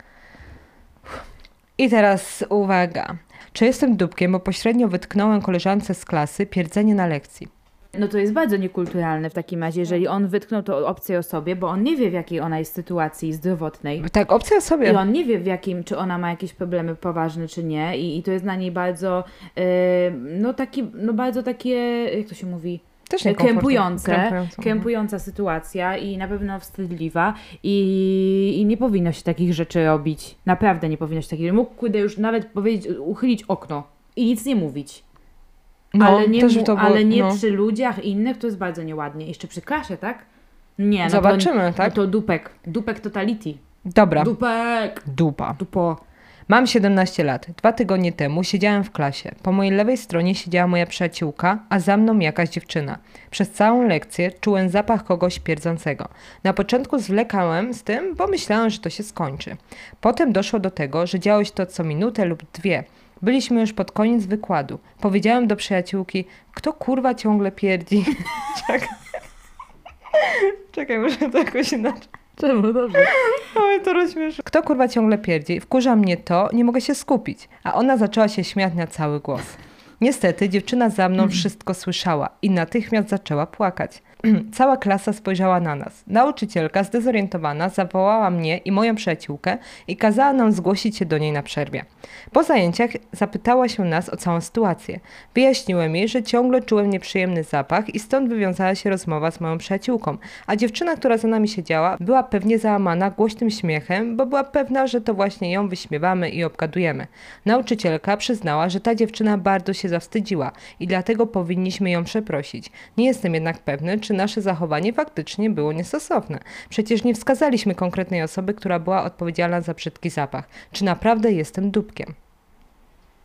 I teraz uwaga. Czy jestem dupkiem, bo pośrednio wytknąłem koleżance z klasy pierdzenie na lekcji? No to jest bardzo niekulturalne w takim razie, jeżeli on wytknął to obcej osobie, bo on nie wie, w jakiej ona jest sytuacji zdrowotnej. Tak, opcja sobie. I on nie wie, w jakim, czy ona ma jakieś problemy poważne, czy nie. I, i to jest dla niej bardzo, yy, no taki, no bardzo takie, jak to się mówi? Też niekomfortowo. Krępujące, Krępujące, krępująca sytuacja i na pewno wstydliwa i, i nie powinno się takich rzeczy robić. Naprawdę nie powinno się takich rzeczy. Mógł kurde, już nawet powiedzieć, uchylić okno i nic nie mówić. No, ale nie, też mu, to było, ale nie no. przy ludziach innych, to jest bardzo nieładnie. Jeszcze przy klasie, tak? Nie, no Zobaczymy, to, tak? No to dupek. Dupek totality. Dobra, Dupek. dupa. Dupo. Mam siedemnaście lat. Dwa tygodnie temu siedziałem w klasie. Po mojej lewej stronie siedziała moja przyjaciółka, a za mną jakaś dziewczyna. Przez całą lekcję czułem zapach kogoś pierdzącego. Na początku zwlekałem z tym, bo myślałem, że to się skończy. Potem doszło do tego, że działo się to co minutę lub dwie. Byliśmy już pod koniec wykładu. Powiedziałem do przyjaciółki, kto kurwa ciągle pierdzi? Czekaj. Czekaj, muszę to jakoś inaczej. Czemu? Dobrze. Oj, to rozśmieszy. Kto kurwa ciągle pierdzi? Wkurza mnie to, nie mogę się skupić. A ona zaczęła się śmiać na cały głos. Niestety dziewczyna za mną wszystko słyszała i natychmiast zaczęła płakać. Cała klasa spojrzała na nas. Nauczycielka, zdezorientowana, zawołała mnie i moją przyjaciółkę i kazała nam zgłosić się do niej na przerwie. Po zajęciach zapytała się nas o całą sytuację. Wyjaśniłem jej, że ciągle czułem nieprzyjemny zapach i stąd wywiązała się rozmowa z moją przyjaciółką. A dziewczyna, która za nami siedziała, była pewnie załamana głośnym śmiechem, bo była pewna, że to właśnie ją wyśmiewamy i obgadujemy. Nauczycielka przyznała, że ta dziewczyna bardzo się zawstydziła i dlatego powinniśmy ją przeprosić. Nie jestem jednak pewny, czy nasze zachowanie faktycznie było niestosowne. Przecież nie wskazaliśmy konkretnej osoby, która była odpowiedzialna za brzydki zapach. Czy naprawdę jestem dupkiem?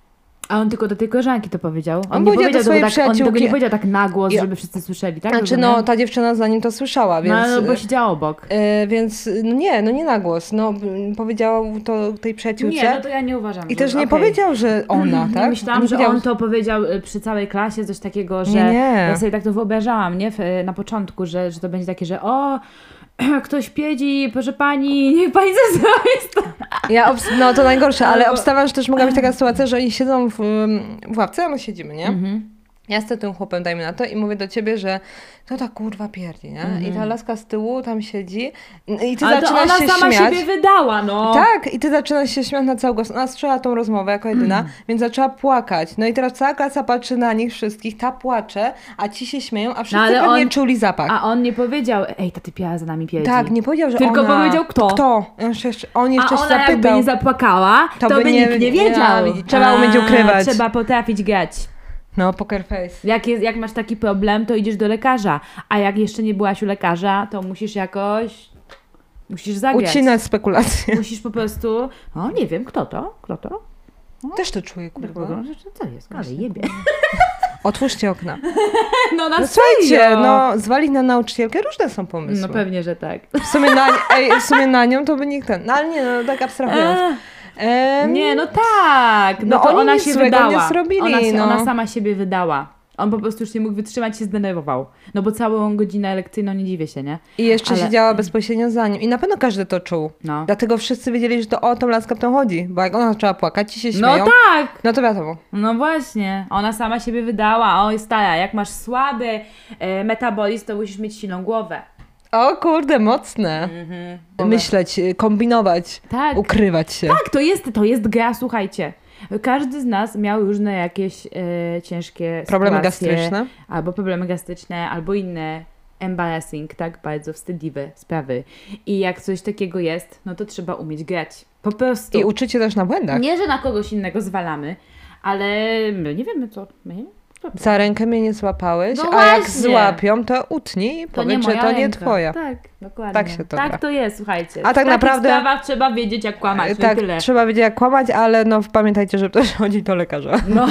A on tylko do tej koleżanki to powiedział? On, On nie powiedział powiedział do tego swojej tak, on tego nie przyjaciółki. powiedział tak na głos, Ja- żeby wszyscy słyszeli, tak? Znaczy, Rozumiem? no, ta dziewczyna zanim to słyszała, więc... No, no bo siedziała obok. e, więc, no nie, no nie na głos. No, m, powiedział to tej przyjaciółce. Nie, no to ja nie uważam. I że, też nie okej. powiedział, że ona, tak? Ja myślałam, Nie że powiedział- on to powiedział y, przy całej klasie, coś takiego, że Nie, nie. ja sobie tak to wyobrażałam, nie? W, na początku, że, że to będzie takie, że o, ktoś piedzi, proszę pani, niech pani zezwoli. Ja obs- no to najgorsze, ale Albo- obstawiam, że też mogła być taka sytuacja, że oni siedzą w, w ławce, a my siedzimy, nie? Mhm. Ja z tym chłopem, dajmy na to, i mówię do ciebie, że no ta kurwa pierdzi, nie? I ta laska z tyłu tam siedzi i ty Ale to zaczynasz ona się sama śmiać. siebie wydała, no. Tak, i ty zaczynasz się śmiać na cały głos. Ona słyszała tą rozmowę jako jedyna, Mm. więc zaczęła płakać. No i teraz cała klasa patrzy na nich wszystkich, ta płacze, a ci się śmieją, a wszyscy ale pewnie on- czuli zapach. A on nie powiedział, ej, ta typiara za nami piedzi. Tak, nie powiedział, że Tylko ona... powiedział kto. Kto? Jeszcze, jeszcze, on jeszcze A się ona jakby zapytał. nie zapłakała, to, To by, by nikt nie- nie nie- wiedział. nie- trzeba umieć ukrywać. Trzeba potrafić grać. No, poker face. Jak, jest, jak masz taki problem, to idziesz do lekarza. A jak jeszcze nie byłaś u lekarza, to musisz jakoś... Musisz zagrać. Ucinać spekulacje. Musisz po prostu... O, nie wiem, kto to? Kto to? Też to czuję, kurwa. Co jest? Ale jebie. Otwórzcie okna. No na No słuchajcie, serio. no zwalić na nauczycielkę różne są pomysły. No pewnie, że tak. W sumie na, ej, w sumie na nią to by nikt ten... No ale nie, no tak abstrahując. A, Em, nie, no tak. No, no to oni ona nic się złego wydała. nie zrobili, ona, się- no. ona sama siebie wydała. On po prostu już nie mógł wytrzymać, się zdenerwował. No bo całą godzinę lekcyjną, nie dziwię się, nie? I jeszcze ale- siedziała bezpośrednio za nim. I na pewno każdy to czuł. No. Dlatego wszyscy wiedzieli, że to o tą laskę w tym chodzi. Bo jak ona zaczęła płakać, ci się No śmieją. tak. No to wiadomo. No właśnie, ona sama siebie wydała. Oj, stara, jak masz słaby e, metabolizm, to musisz mieć silną głowę. O kurde, mocne. Mhm. Myśleć, y, kombinować, Tak. ukrywać się. Tak, to jest, to jest gra, słuchajcie. Każdy z nas miał różne jakieś e, ciężkie Problemy sytuacje, gastryczne. albo problemy gastryczne, albo inne embarrassing, tak, bardzo wstydliwe sprawy. I jak coś takiego jest, no to trzeba umieć grać. Po prostu. I uczyć się też na błędach. Nie, że na kogoś innego zwalamy, ale my nie wiemy co. My nie? Co? Za rękę mnie nie złapałeś, No a jak właśnie. złapią, to utnij i To powiedz, że moja to nie ręka. twoja. Tak, dokładnie. Tak się to gra. Tak to jest, słuchajcie. A tak w takich naprawdę- sprawach trzeba wiedzieć, jak kłamać. No i Tak, tyle. trzeba wiedzieć jak kłamać, ale no pamiętajcie, żeby też chodzić do lekarza. No.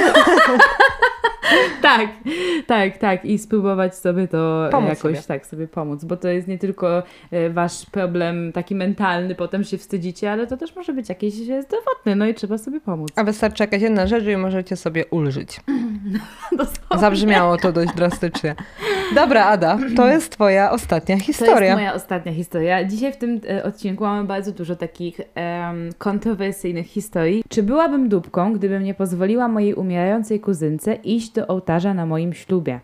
tak, tak, tak. I spróbować sobie to Pomóc jakoś sobie. tak sobie pomóc, bo to jest nie tylko e, wasz problem taki mentalny, potem się wstydzicie, ale to też może być jakiś e, zdrowotny, no i trzeba sobie pomóc. A wystarczy jakaś jedna rzecz i możecie sobie ulżyć. Dosłownie. Zabrzmiało to dość drastycznie. Dobra, Ada, to jest twoja ostatnia To jest historia. moja ostatnia historia. Dzisiaj w tym e, odcinku mamy bardzo dużo takich em, kontrowersyjnych historii. Czy byłabym dupką, gdybym nie pozwoliła mojej umierającej kuzynce iść do ołtarza na moim ślubie?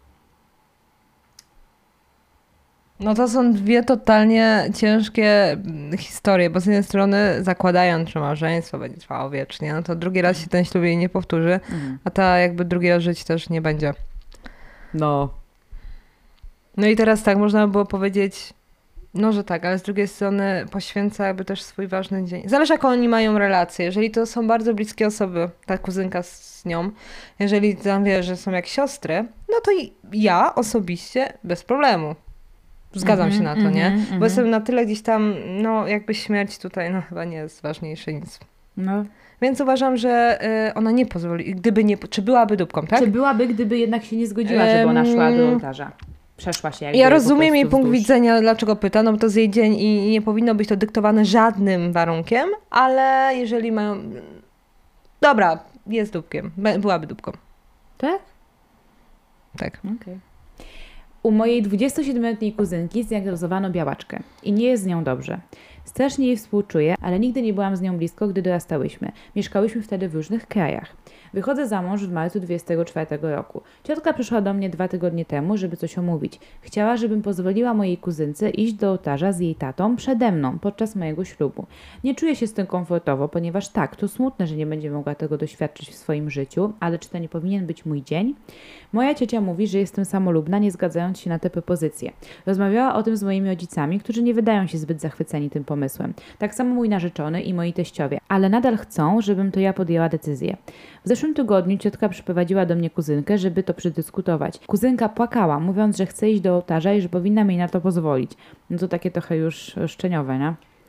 No to są dwie totalnie ciężkie mm, historie, bo z jednej strony zakładając, że małżeństwo będzie trwało wiecznie, no to drugi raz się ten ślub jej nie powtórzy, a ta jakby drugi raz żyć też nie będzie. No. No i teraz tak, można by było powiedzieć, no że tak, ale z drugiej strony poświęca jakby też swój ważny dzień. Zależy jaką oni mają relację. Jeżeli to są bardzo bliskie osoby, ta kuzynka z nią, jeżeli tam wie, że są jak siostry, no to i ja osobiście bez problemu. Zgadzam Mhm, się na to, nie? mhm, Bo mhm. jestem na tyle gdzieś tam, no jakby śmierć tutaj, no chyba nie jest ważniejsze nic. No. Więc uważam, że y, ona nie pozwoli, gdyby nie, czy byłaby dupką, tak? Czy byłaby, gdyby jednak się nie zgodziła, żeby ona szła do Em, ołtarza? Przeszła się jakby Ja po rozumiem jej prostu punkt wzdłuż. widzenia, dlaczego pyta, no bo to jest jej dzień i nie powinno być to dyktowane żadnym warunkiem, ale jeżeli mają... Dobra, jest dupkiem, Be- byłaby dupką, Tak? tak. Okej. U mojej dwudziestosiedmioletniej kuzynki zdiagnozowano białaczkę i nie jest z nią dobrze. Strasznie jej współczuję, ale nigdy nie byłam z nią blisko, gdy dorastałyśmy. Mieszkałyśmy wtedy w różnych krajach. Wychodzę za mąż w marcu dwudziestego czwartego roku. Ciotka przyszła do mnie dwa tygodnie temu, żeby coś omówić. Chciała, żebym pozwoliła mojej kuzynce iść do ołtarza z jej tatą przede mną podczas mojego ślubu. Nie czuję się z tym komfortowo, ponieważ tak, to smutne, że nie będzie mogła tego doświadczyć w swoim życiu, ale czy to nie powinien być mój dzień? Moja ciocia mówi, że jestem samolubna, nie zgadzając się na te propozycje. Rozmawiała o tym z moimi rodzicami, którzy nie wydają się zbyt zachwyceni tym pomysłem. Tak samo mój narzeczony i moi teściowie, ale nadal chcą, żebym to ja podjęła decyzję. W zeszłym tygodniu ciotka przyprowadziła do mnie kuzynkę, żeby to przedyskutować. Kuzynka płakała, mówiąc, że chce iść do ołtarza i że powinnam jej na to pozwolić. No to takie trochę już roszczeniowe, nie?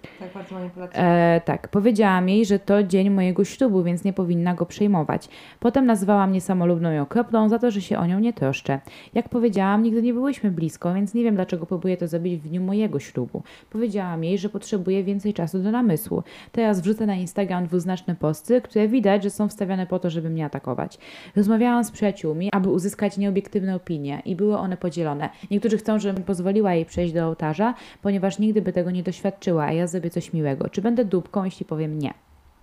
Tak, bardzo manipulacyjna. E, tak, powiedziałam jej, że to dzień mojego ślubu, więc nie powinna go przejmować. Potem nazwała mnie samolubną i okropną za to, że się o nią nie troszczę. Jak powiedziałam, nigdy nie byłyśmy blisko, więc nie wiem, dlaczego próbuję to zrobić w dniu mojego ślubu. Powiedziałam jej, że potrzebuję więcej czasu do namysłu. Teraz wrzucę na Instagram dwuznaczne posty, które widać, że są wstawiane po to, żeby mnie atakować. Rozmawiałam z przyjaciółmi, aby uzyskać nieobiektywne opinie i były one podzielone. Niektórzy chcą, żebym pozwoliła jej przejść do ołtarza, ponieważ nigdy by tego nie doświadczyła, a ja zrobię coś miłego. Czy będę dupką, jeśli powiem nie?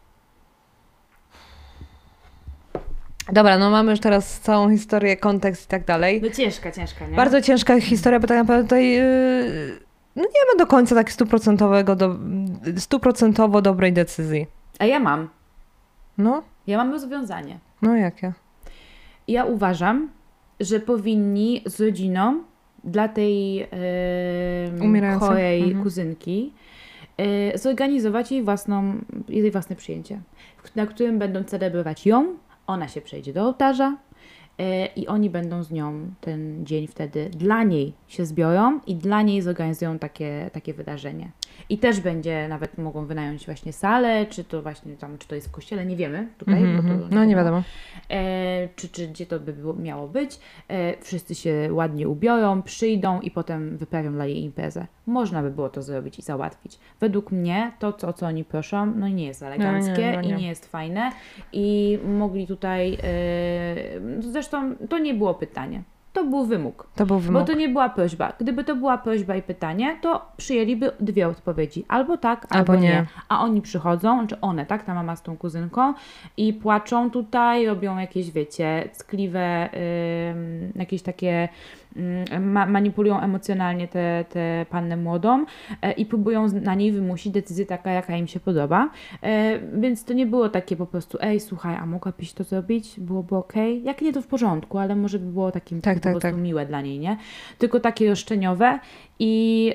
Dobra, no mamy już teraz całą historię, kontekst i tak dalej. No ciężka, ciężka, nie? Bardzo ciężka historia, bo tak naprawdę tutaj yy, no nie ma do końca tak stuprocentowego, do, stuprocentowo dobrej decyzji. A ja mam. No? Ja mam rozwiązanie. No jakie? Ja uważam, że powinni z rodziną dla tej yy, Umierającej. chorej Mhm. kuzynki yy, zorganizować jej, własną, jej własne przyjęcie, na którym będą celebrować ją, ona się przejdzie do ołtarza yy, i oni będą z nią ten dzień wtedy dla niej się zbiorą i dla niej zorganizują takie, takie wydarzenie. I też będzie, nawet mogą wynająć właśnie salę, czy to właśnie tam, czy to jest w kościele, nie wiemy tutaj. Mm-hmm. Bo to, no nie wiadomo. E, czy, czy gdzie to by było, miało być. E, wszyscy się ładnie ubiorą, przyjdą i potem wyprawią dla jej imprezę. Można by było to zrobić i załatwić. Według mnie to, co, o co oni proszą, no nie jest eleganckie no nie, no nie. i nie jest fajne. I mogli tutaj, e, zresztą to nie było pytanie. To był wymóg. To był wymóg. Bo to nie była prośba. Gdyby to była prośba i pytanie, to przyjęliby dwie odpowiedzi. Albo tak, albo, Albo nie. nie. A oni przychodzą, czy one, tak, ta mama z tą kuzynką i płaczą tutaj, robią jakieś, wiecie, ckliwe, ym, jakieś takie, ym, ma- manipulują emocjonalnie tę te, te pannę młodą e, i próbują na niej wymusić decyzję taka, jaka im się podoba. E, więc to nie było takie po prostu, ej, słuchaj, a mogłabyś to zrobić? Byłoby okej? Jak nie, to w porządku, ale może by było takim Tak, po tak, prostu tak. miłe dla niej, nie? Tylko takie roszczeniowe i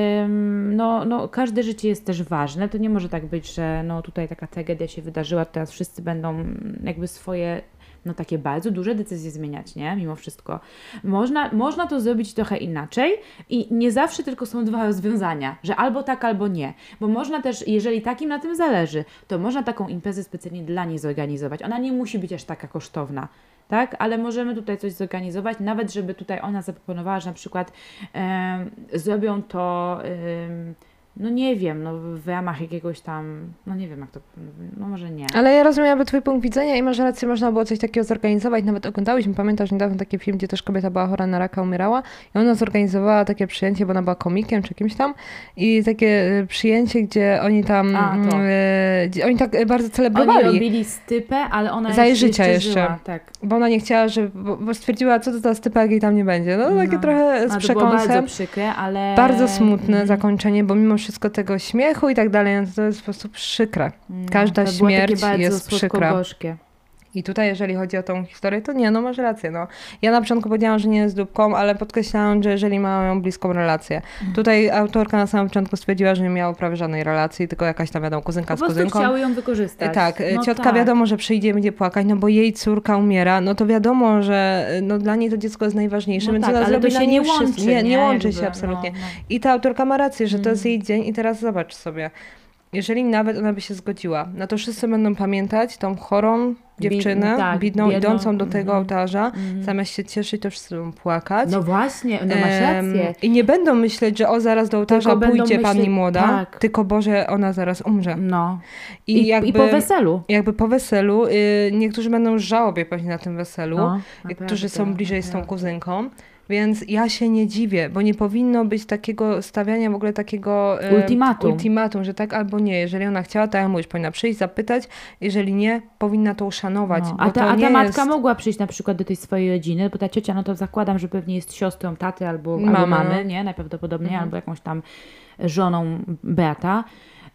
ym, no, no, każde życie jest też ważne. To nie może tak być, że no tutaj taka tragedia się wydarzyła, teraz wszyscy będą jakby swoje no takie bardzo duże decyzje zmieniać, nie? Mimo wszystko. Można, można to zrobić trochę inaczej i nie zawsze tylko są dwa rozwiązania, że albo tak, albo nie. Bo można też, jeżeli takim na tym zależy, to można taką imprezę specjalnie dla niej zorganizować. Ona nie musi być aż taka kosztowna. Tak, ale możemy tutaj coś zorganizować, nawet żeby tutaj ona zaproponowała, że na przykład em, zrobią to, em, no nie wiem, no w ramach jakiegoś tam, no nie wiem jak to, no może nie. Ale ja rozumiem jakby twój punkt widzenia i masz rację, można było coś takiego zorganizować. Nawet oglądałyśmy, pamiętasz niedawno taki film, gdzie też kobieta była chora na raka, umierała i ona zorganizowała takie przyjęcie, bo ona była komikiem czy kimś tam i takie e, przyjęcie, gdzie oni tam, A, to. e, gdzie oni tak e, bardzo Oni celebrowali. robili stypę, ale ona Za jej jeszcze, życia jeszcze, jeszcze. żyła, tak. Bo ona nie chciała, że, bo, bo stwierdziła, co to za stypa, jak jej tam nie będzie. No, takie No. trochę z A to było bardzo przekąsem. przykre, ale... Bardzo smutne Mm. zakończenie, bo mimo wszystko tego śmiechu i tak dalej, no to jest po prostu przykre. No, Każda to było takie śmierć bardzo jest przykra. słodko-gorzkie. I tutaj, jeżeli chodzi o tą historię, to nie, no masz rację, no. Ja na początku powiedziałam, że nie jest dupką, ale podkreślałam, że jeżeli mają bliską relację. Mhm. Tutaj autorka na samym początku stwierdziła, że nie miało prawie żadnej relacji, tylko jakaś tam, wiadomo, kuzynka Po z prostu kuzynką. chciały ją wykorzystać. Tak, no ciotka tak. wiadomo, że przyjdzie i będzie płakać, no bo jej córka umiera, no to wiadomo, że no dla niej to dziecko jest najważniejsze, No więc tak, ona ale zrobi to dla się niej nie wszystko. łączy, Nie, nie nie? łączy Jakby, się absolutnie. no, no. I ta autorka ma rację, że to jest Mm. jej dzień i teraz zobacz sobie. Jeżeli nawet ona by się zgodziła, no to wszyscy będą pamiętać tą chorą dziewczynę, Bid- tak, bidną, biedną. idącą do tego Mhm. ołtarza, Mhm. zamiast się cieszyć, to wszyscy będą płakać. No właśnie, no masz Em, rację. I nie będą myśleć, że o, zaraz do ołtarza Tylko będą pójdzie pani myśleć- młoda, tak. tylko Boże, ona zaraz umrze. No. I, I, jakby, I po weselu. jakby po weselu, y, niektórzy będą w żałobie pewnie na tym weselu, No, którzy są naprawdę, bliżej z tą naprawdę. kuzynką. Więc ja się nie dziwię, bo nie powinno być takiego stawiania w ogóle takiego e, Ultimatum. ultimatum, że tak albo nie. Jeżeli ona chciała, to ja mówisz, powinna przyjść, zapytać. Jeżeli nie, powinna to uszanować. No. Bo A ta, to a nie ta matka jest... mogła przyjść na przykład do tej swojej rodziny, bo ta ciocia, no to zakładam, że pewnie jest siostrą taty albo, Mama, albo mamy, no. nie? Najprawdopodobniej, Mhm. albo jakąś tam żoną Beata.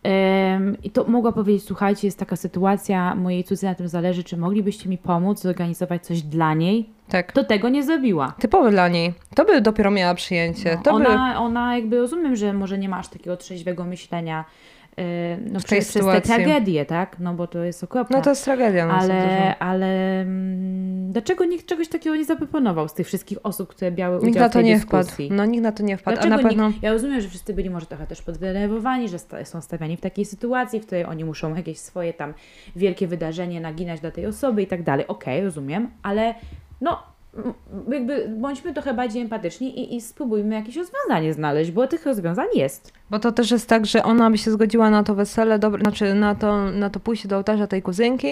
Ym, I to mogła powiedzieć, słuchajcie, jest taka sytuacja, mojej córce na tym zależy, czy moglibyście mi pomóc zorganizować coś dla niej? Tak. To tego nie zrobiła. Typowe dla niej. To by dopiero miała przyjęcie. No, to by... ona, ona jakby rozumiem, że może nie ma aż takiego trzeźwego myślenia no, w tej przez, przez tę tragedię, tak? No bo to jest okropne. No to jest tragedia. No ale ale mm, dlaczego nikt czegoś takiego nie zaproponował z tych wszystkich osób, które brały udział nikt na w tej to nie dyskusji? Wpadł. No nikt na to nie wpadł. Dlaczego A na pewno... nikt... Ja rozumiem, że wszyscy byli może trochę też poddenerwowani, że sta- są stawiani w takiej sytuacji, w której oni muszą jakieś swoje tam wielkie wydarzenie naginać dla tej osoby i tak dalej. Okej, rozumiem, ale no jakby bądźmy trochę bardziej empatyczni i, i spróbujmy jakieś rozwiązanie znaleźć, bo tych rozwiązań jest. Bo to też jest tak, że ona by się zgodziła na to wesele, dobre, znaczy na to, na to pójście do ołtarza tej kuzynki,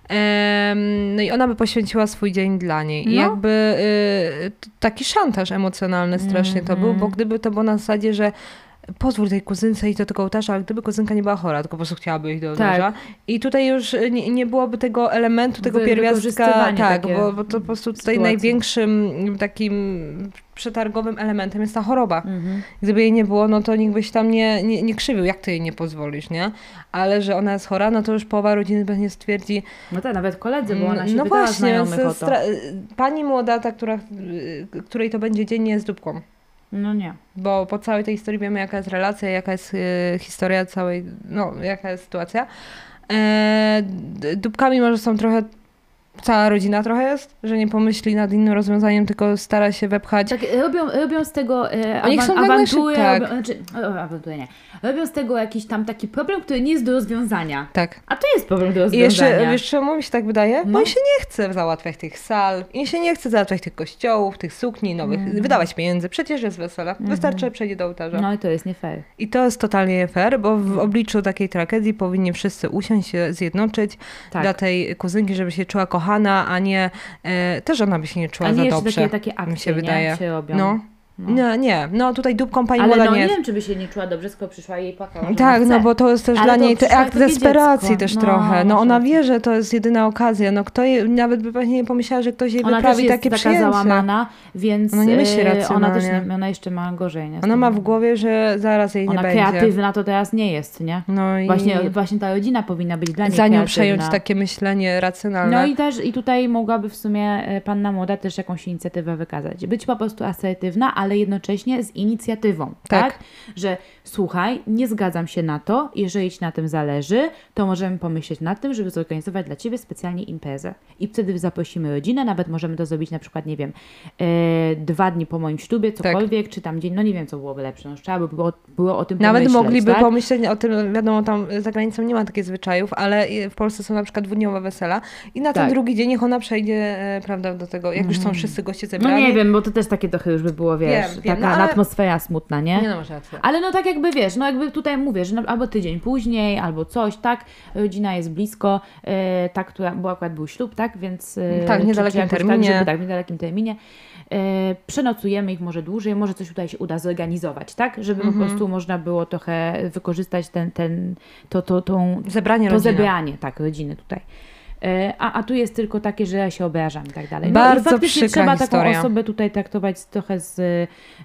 em, no i ona by poświęciła swój dzień dla niej. No. I jakby y, taki szantaż emocjonalny strasznie mm-hmm. to był, bo gdyby to było na zasadzie, że pozwól tej kuzynce iść do tego ołtarza, ale gdyby kuzynka nie była chora, tylko po prostu chciałaby iść do ołtarza. Tak. I tutaj już nie, nie byłoby tego elementu, tego Wy, pierwiastka. Tak, bo, bo to po prostu tutaj sytuacji. Największym takim przetargowym elementem jest ta choroba. Mhm. Gdyby jej nie było, no to nikt by się tam nie, nie, nie krzywił. Jak ty jej nie pozwolisz, nie? Ale że ona jest chora, no to już połowa rodziny pewnie stwierdzi... No tak, nawet koledzy, bo ona się no pytała właśnie, znajomych o to. Stra- pani młoda, ta, która, której to będzie dzień, nie jest dupką. No nie. Bo po całej tej historii wiemy, jaka jest relacja, jaka jest y, historia całej, no, jaka jest sytuacja. E, dupkami może są trochę, cała rodzina trochę jest, że nie pomyśli nad innym rozwiązaniem, tylko stara się wepchać. Tak, robią, robią z tego e, Oni awan- są awanturę, tak. robią, znaczy, o, awanturę nie. Robią z tego jakiś tam taki problem, który nie jest do rozwiązania. Tak. A to jest problem do rozwiązania. I jeszcze, wiesz czemu mi się tak wydaje? No. Bo on się nie chce załatwiać tych sal, i się nie chce załatwiać tych kościołów, tych sukni nowych, mm. wydawać pieniędzy. Przecież jest wesele. Mm. Wystarczy, że przejdzie do ołtarza. No i to jest nie fair. I to jest totalnie nie fair, bo w obliczu takiej tragedii powinni wszyscy usiąść, się zjednoczyć tak. dla tej kuzynki, żeby się czuła kochana, a nie e, też ona by się nie czuła a nie za dobrze. takie, takie akcje, mi się wydaje. Nie? Się robią. No. No. Nie, nie, no tutaj dupką pani ale młoda no, nie jest. nie wiem, czy by się nie czuła dobrze, skoro przyszła i jej płakała, że tak, chce. No bo to jest też ale dla niej te akt desperacji dziecko. też no, trochę. No ona wie, że to jest jedyna okazja. No kto jej, nawet by pewnie nie pomyślała, że ktoś jej ona wyprawi też takie jest przyjęcie. Ona taka załamana, więc ona nie myśli racjonalnie. Ona też nie, ona jeszcze ma gorzej. Nie? Ona ma w głowie, że zaraz jej ona nie będzie. Ona kreatywna to teraz nie jest, nie? No i właśnie, właśnie ta rodzina powinna być dla niej za nią kreatywna. przejąć takie myślenie racjonalne. No i też i tutaj mogłaby w sumie panna młoda też jakąś inicjatywę wykazać. Być po prostu asertywna, ale jednocześnie z inicjatywą. Tak. tak? Że słuchaj, nie zgadzam się na to, jeżeli ci na tym zależy, to możemy pomyśleć nad tym, żeby zorganizować dla ciebie specjalnie imprezę. I wtedy zaprosimy rodzinę, nawet możemy to zrobić na przykład, nie wiem, e, dwa dni po moim ślubie, cokolwiek, tak. czy tam dzień, no nie wiem, co byłoby lepsze. No, trzeba by było, było o tym nawet pomyśleć. Nawet mogliby tak? pomyśleć o tym, wiadomo, tam za granicą nie ma takich zwyczajów, ale w Polsce są na przykład dwudniowe wesela i na ten tak. drugi dzień niech ona przejdzie, e, prawda, do tego, jak mm. już są wszyscy goście zebrani. No nie wiem, bo to też takie trochę już by było, wiesz, wiem, taka wiem, no, ale... atmosfera smutna, nie? Nie no, masz rację. Ale no tak jakby, wiesz, no jakby tutaj mówię, że no, albo tydzień później, albo coś, tak, rodzina jest blisko, e, ta, która, bo akurat był ślub, tak, więc... E, tak, w niedalekim czy, czy terminie. Tak, żeby, tak, w niedalekim terminie. E, przenocujemy ich może dłużej, może coś tutaj się uda zorganizować, tak, żeby mm-hmm. po prostu można było trochę wykorzystać ten, ten, to, to, tą, zebranie to zebranie, tak, rodziny tutaj. A, a tu jest tylko takie, że ja się obrażam i tak dalej. No bardzo i faktycznie przykra trzeba historia. taką osobę tutaj traktować trochę z, y,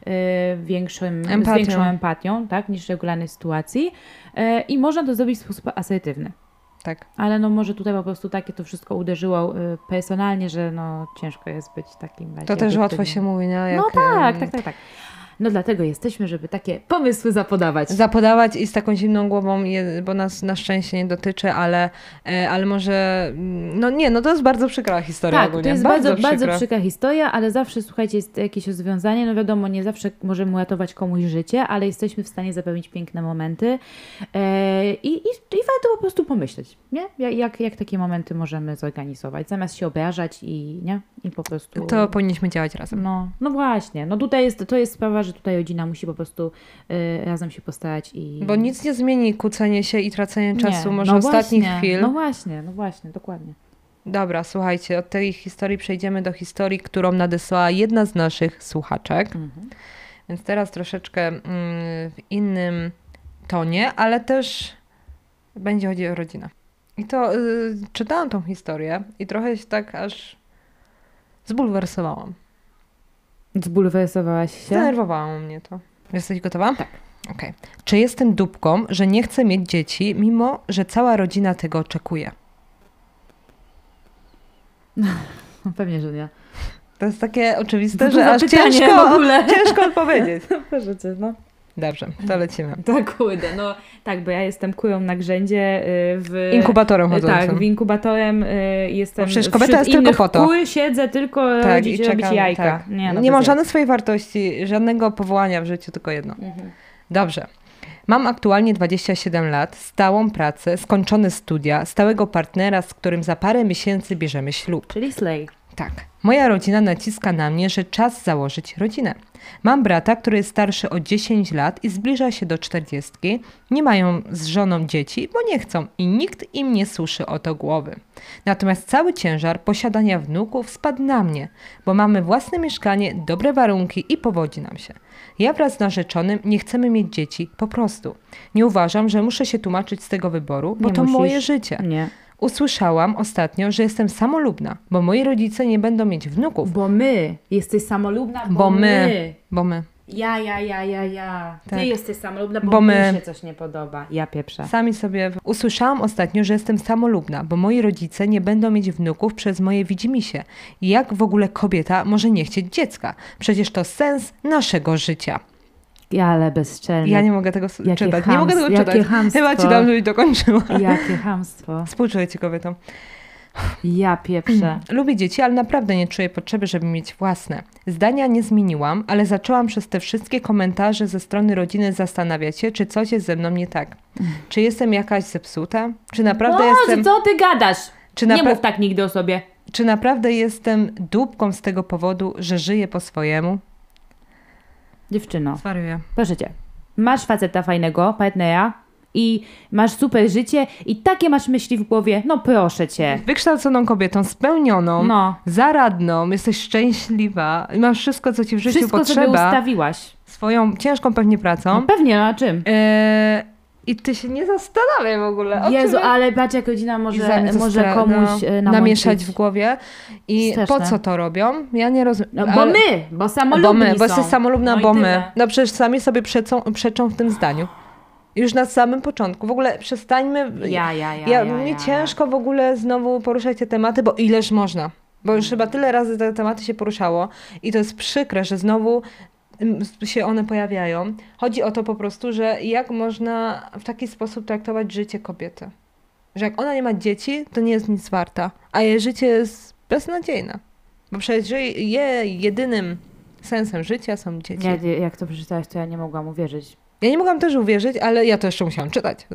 większym, empatią. z większą empatią, tak, niż w regularnej sytuacji. Y, I można to zrobić w sposób asertywny. Tak. Ale no może tutaj po prostu takie to wszystko uderzyło y, personalnie, że no ciężko jest być takim... To też łatwo się mówi, nie? Jak, no tak, tak, tak, tak. No dlatego jesteśmy, żeby takie pomysły zapodawać. Zapodawać i z taką zimną głową, bo nas na szczęście nie dotyczy, ale, ale może, no nie, no to jest bardzo przykra historia tak, ogólnie. to jest bardzo, bardzo, przykra. bardzo przykra historia, ale zawsze, słuchajcie, jest jakieś rozwiązanie, no wiadomo, nie zawsze możemy uratować komuś życie, ale jesteśmy w stanie zapewnić piękne momenty e, i, i, i warto po prostu pomyśleć, nie? Jak, jak takie momenty możemy zorganizować, zamiast się obrażać i, nie? I po prostu... To powinniśmy działać razem. No, no właśnie, no tutaj jest, to jest sprawa, że tutaj rodzina musi po prostu y, razem się postarać i... Bo nic nie zmieni kłócenie się i tracenie czasu, nie, może no ostatnich właśnie, chwil. No właśnie, no właśnie, dokładnie. Dobra, słuchajcie, od tej historii przejdziemy do historii, którą nadesłała jedna z naszych słuchaczek. Mhm. Więc teraz troszeczkę mm, w innym tonie, ale też będzie chodzić o rodzinę. I to y, czytałam tą historię i trochę się tak aż zbulwersowałam. Zbulwersowałaś się? Zdenerwowało mnie to. Jesteś gotowa? Tak. Okay. Czy jestem dupką, że nie chcę mieć dzieci, mimo że cała rodzina tego oczekuje? Pewnie, że nie. To jest takie oczywiste, że aż ciężko, ciężko odpowiedzieć. Proszę cię, no. Dobrze, to lecimy. Tak, kurde, no tak, bo ja jestem kują na grzędzie y, w... Inkubatorem chodzącym. Tak, w inkubatorem y, jestem... Bo przecież kobieta jest tylko po to. Kół siedzę tylko tak, rodzić, i robić czekam, jajka. Tak. Nie, no nie mam bez żadnej swojej wartości, żadnego powołania w życiu, tylko jedno. Mhm. Dobrze. Mam aktualnie dwadzieścia siedem lat, stałą pracę, skończone studia, stałego partnera, z którym za parę miesięcy bierzemy ślub. Czyli slay. Tak. Moja rodzina naciska na mnie, że czas założyć rodzinę. Mam brata, który jest starszy o dziesięć lat i zbliża się do czterdziestki. Nie mają z żoną dzieci, bo nie chcą i nikt im nie suszy o to głowy. Natomiast cały ciężar posiadania wnuków spadł na mnie, bo mamy własne mieszkanie, dobre warunki i powodzi nam się. Ja wraz z narzeczonym nie chcemy mieć dzieci, po prostu. Nie uważam, że muszę się tłumaczyć z tego wyboru, bo Nie to musisz. moje życie. Nie. Usłyszałam ostatnio, że jestem samolubna, bo moi rodzice nie będą mieć wnuków. Bo my. Jesteś samolubna, bo, Bo my. my. Bo my. Ja, ja, ja, ja, ja. Ty Tak. jesteś samolubna, bo, Bo mi my. się coś nie podoba. Ja pieprzę. Sami sobie... Usłyszałam ostatnio, że jestem samolubna, bo moi rodzice nie będą mieć wnuków przez moje widzimisię. Jak w ogóle kobieta może nie chcieć dziecka? Przecież to sens naszego życia. Ja, ale bezczelne. Ja nie mogę tego s- Jakie czytać. Nie chams- mogę tego jakie czytać. chamstwo. Chyba ci dam, żebyś dokończyła. Jakie chamstwo. Współczuję ci kobietom. Ja pieprzę. Lubię dzieci, ale naprawdę nie czuję potrzeby, żeby mieć własne. Zdania nie zmieniłam, ale zaczęłam przez te wszystkie komentarze ze strony rodziny zastanawiać się, czy coś jest ze mną nie tak. Czy jestem jakaś zepsuta? Czy naprawdę Boże, jestem... co ty gadasz? Czy, Nie napra- mów tak nigdy o sobie. czy naprawdę jestem dupką z tego powodu, że żyję po swojemu? Dziewczyno, Zwariuję. proszę cię. Masz faceta fajnego, partnera i masz super życie i takie masz myśli w głowie. No proszę cię. Wykształconą kobietą, spełnioną, No. zaradną, jesteś szczęśliwa, i masz wszystko, co ci w życiu Wszystko sobie potrzeba, ustawiłaś. swoją ciężką pewnie pracą. No pewnie, no a czym? E, I ty się nie zastanawiaj w ogóle. O Jezu, czym ale patrz jak rodzina I może, zamiast może stra- komuś no, no, namieszać w głowie. I Straszne. po co to robią? Ja nie rozumiem. No bo ale- my, bo samolubni Bo my, bo są. jesteś samolubna, no i bo my. tyle. No przecież sami sobie przeczą, przeczą w tym zdaniu. Już na samym początku. W ogóle przestańmy... Ja, ja, ja, ja, ja, mi ja, ciężko w ogóle znowu poruszać te tematy, bo ileż można. Bo już chyba tyle razy te tematy się poruszało i to jest przykre, że znowu mm, się one pojawiają. Chodzi o to po prostu, że jak można w taki sposób traktować życie kobiety. Że jak ona nie ma dzieci, to nie jest nic warta, a jej życie jest beznadziejne. Bo przecież jej jedynym sensem życia są dzieci. Ja, jak to przeczytałaś, to ja nie mogłam uwierzyć. Ja nie mogłam też uwierzyć, ale ja to jeszcze musiałam czytać.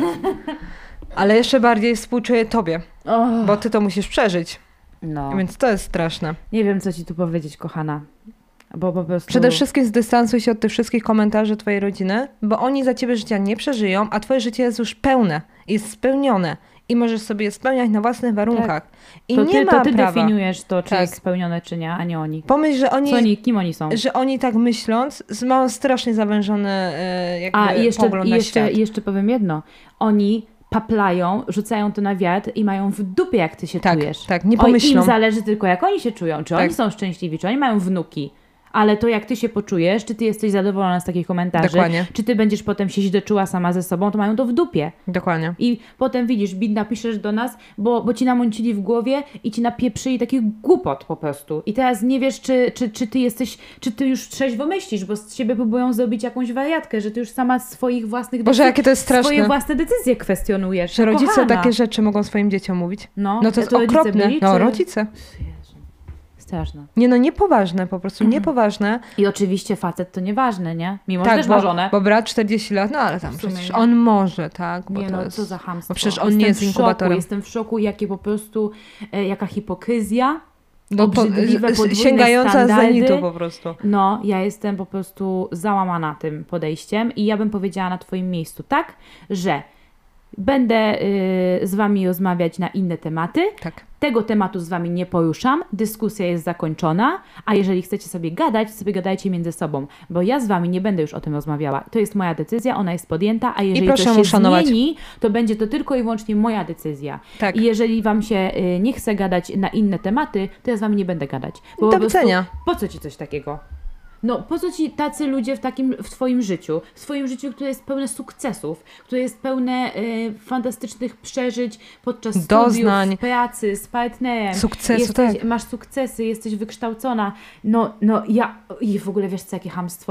Ale jeszcze bardziej współczuję tobie, Oh, bo ty to musisz przeżyć. no. Więc to jest straszne. Nie wiem, co ci tu powiedzieć, kochana. Bo po prostu... Przede wszystkim zdystansuj się od tych wszystkich komentarzy twojej rodziny, bo oni za ciebie życia nie przeżyją, a twoje życie jest już pełne, jest spełnione i możesz sobie je spełniać na własnych warunkach. I to nie ty, ma to ty prawa. definiujesz to, czy Tak. jest spełnione, czy nie, a nie oni. Pomyśl, że oni, Co oni, kim oni są? że oni tak myśląc z- mają strasznie zawężony e, jakby A i jeszcze, pogląd i na jeszcze, świat. i jeszcze powiem jedno. Oni paplają, rzucają to na wiatr i mają w dupie, jak ty się Tak, czujesz. tak, nie Oj, pomyślą. im zależy tylko, jak oni się czują. Czy Tak. oni są szczęśliwi, czy oni mają wnuki. Ale to, jak ty się poczujesz, czy ty jesteś zadowolona z takich komentarzy, Dokładnie. czy ty będziesz potem się źle czuła sama ze sobą, to mają to w dupie. Dokładnie. I potem widzisz, bid napiszesz do nas, bo, bo ci namącili w głowie i ci napieprzyli takich głupot po prostu. I teraz nie wiesz, czy, czy, czy ty jesteś, czy ty już trzeźwo myślisz, bo z ciebie próbują zrobić jakąś wariatkę, że ty już sama swoich własnych Boże, jakie to jest straszne. swoje własne decyzje kwestionujesz. Że rodzice Kochana. takie rzeczy mogą swoim dzieciom mówić. No, No to jest to rodzice okropne. byli, No czy- rodzice. Jezu. Straszne. Nie no, niepoważne po prostu, Mhm. niepoważne. I oczywiście facet to nieważne, nie? Mimo, że Tak, też bo, ma żonę. bo brat czterdzieści lat, no ale tam W sumie przecież nie. on może, tak? Bo Nie to no, jest... co za chamstwo. Bo przecież on jestem nie jest w szoku, inkubatorem. Jestem w szoku, jakie po prostu, e, jaka hipokryzja, No, po, obrzydliwe, z- podwójne sięgająca z standardy. zenitu po prostu. No, ja jestem po prostu załamana tym podejściem i ja bym powiedziała na twoim miejscu tak, że będę y, z wami rozmawiać na inne tematy, Tak. tego tematu z wami nie poruszam, dyskusja jest zakończona, a jeżeli chcecie sobie gadać, to sobie gadajcie między sobą, bo ja z wami nie będę już o tym rozmawiała. To jest moja decyzja, ona jest podjęta, a jeżeli proszę coś się uszanować. zmieni, to będzie to tylko i wyłącznie moja decyzja. Tak. I jeżeli wam się y, nie chce gadać na inne tematy, to ja z wami nie będę gadać. Bo Do po prostu, widzenia. po co ci coś takiego? No, po co ci tacy ludzie w takim, w twoim życiu? W twoim życiu, które jest pełne sukcesów, które jest pełne y, fantastycznych przeżyć podczas Doznań. studiów, pracy, z partnerem. Sukcesu, jesteś, tak. Masz sukcesy, jesteś wykształcona. No, no ja... I w ogóle wiesz co, jakie chamstwo?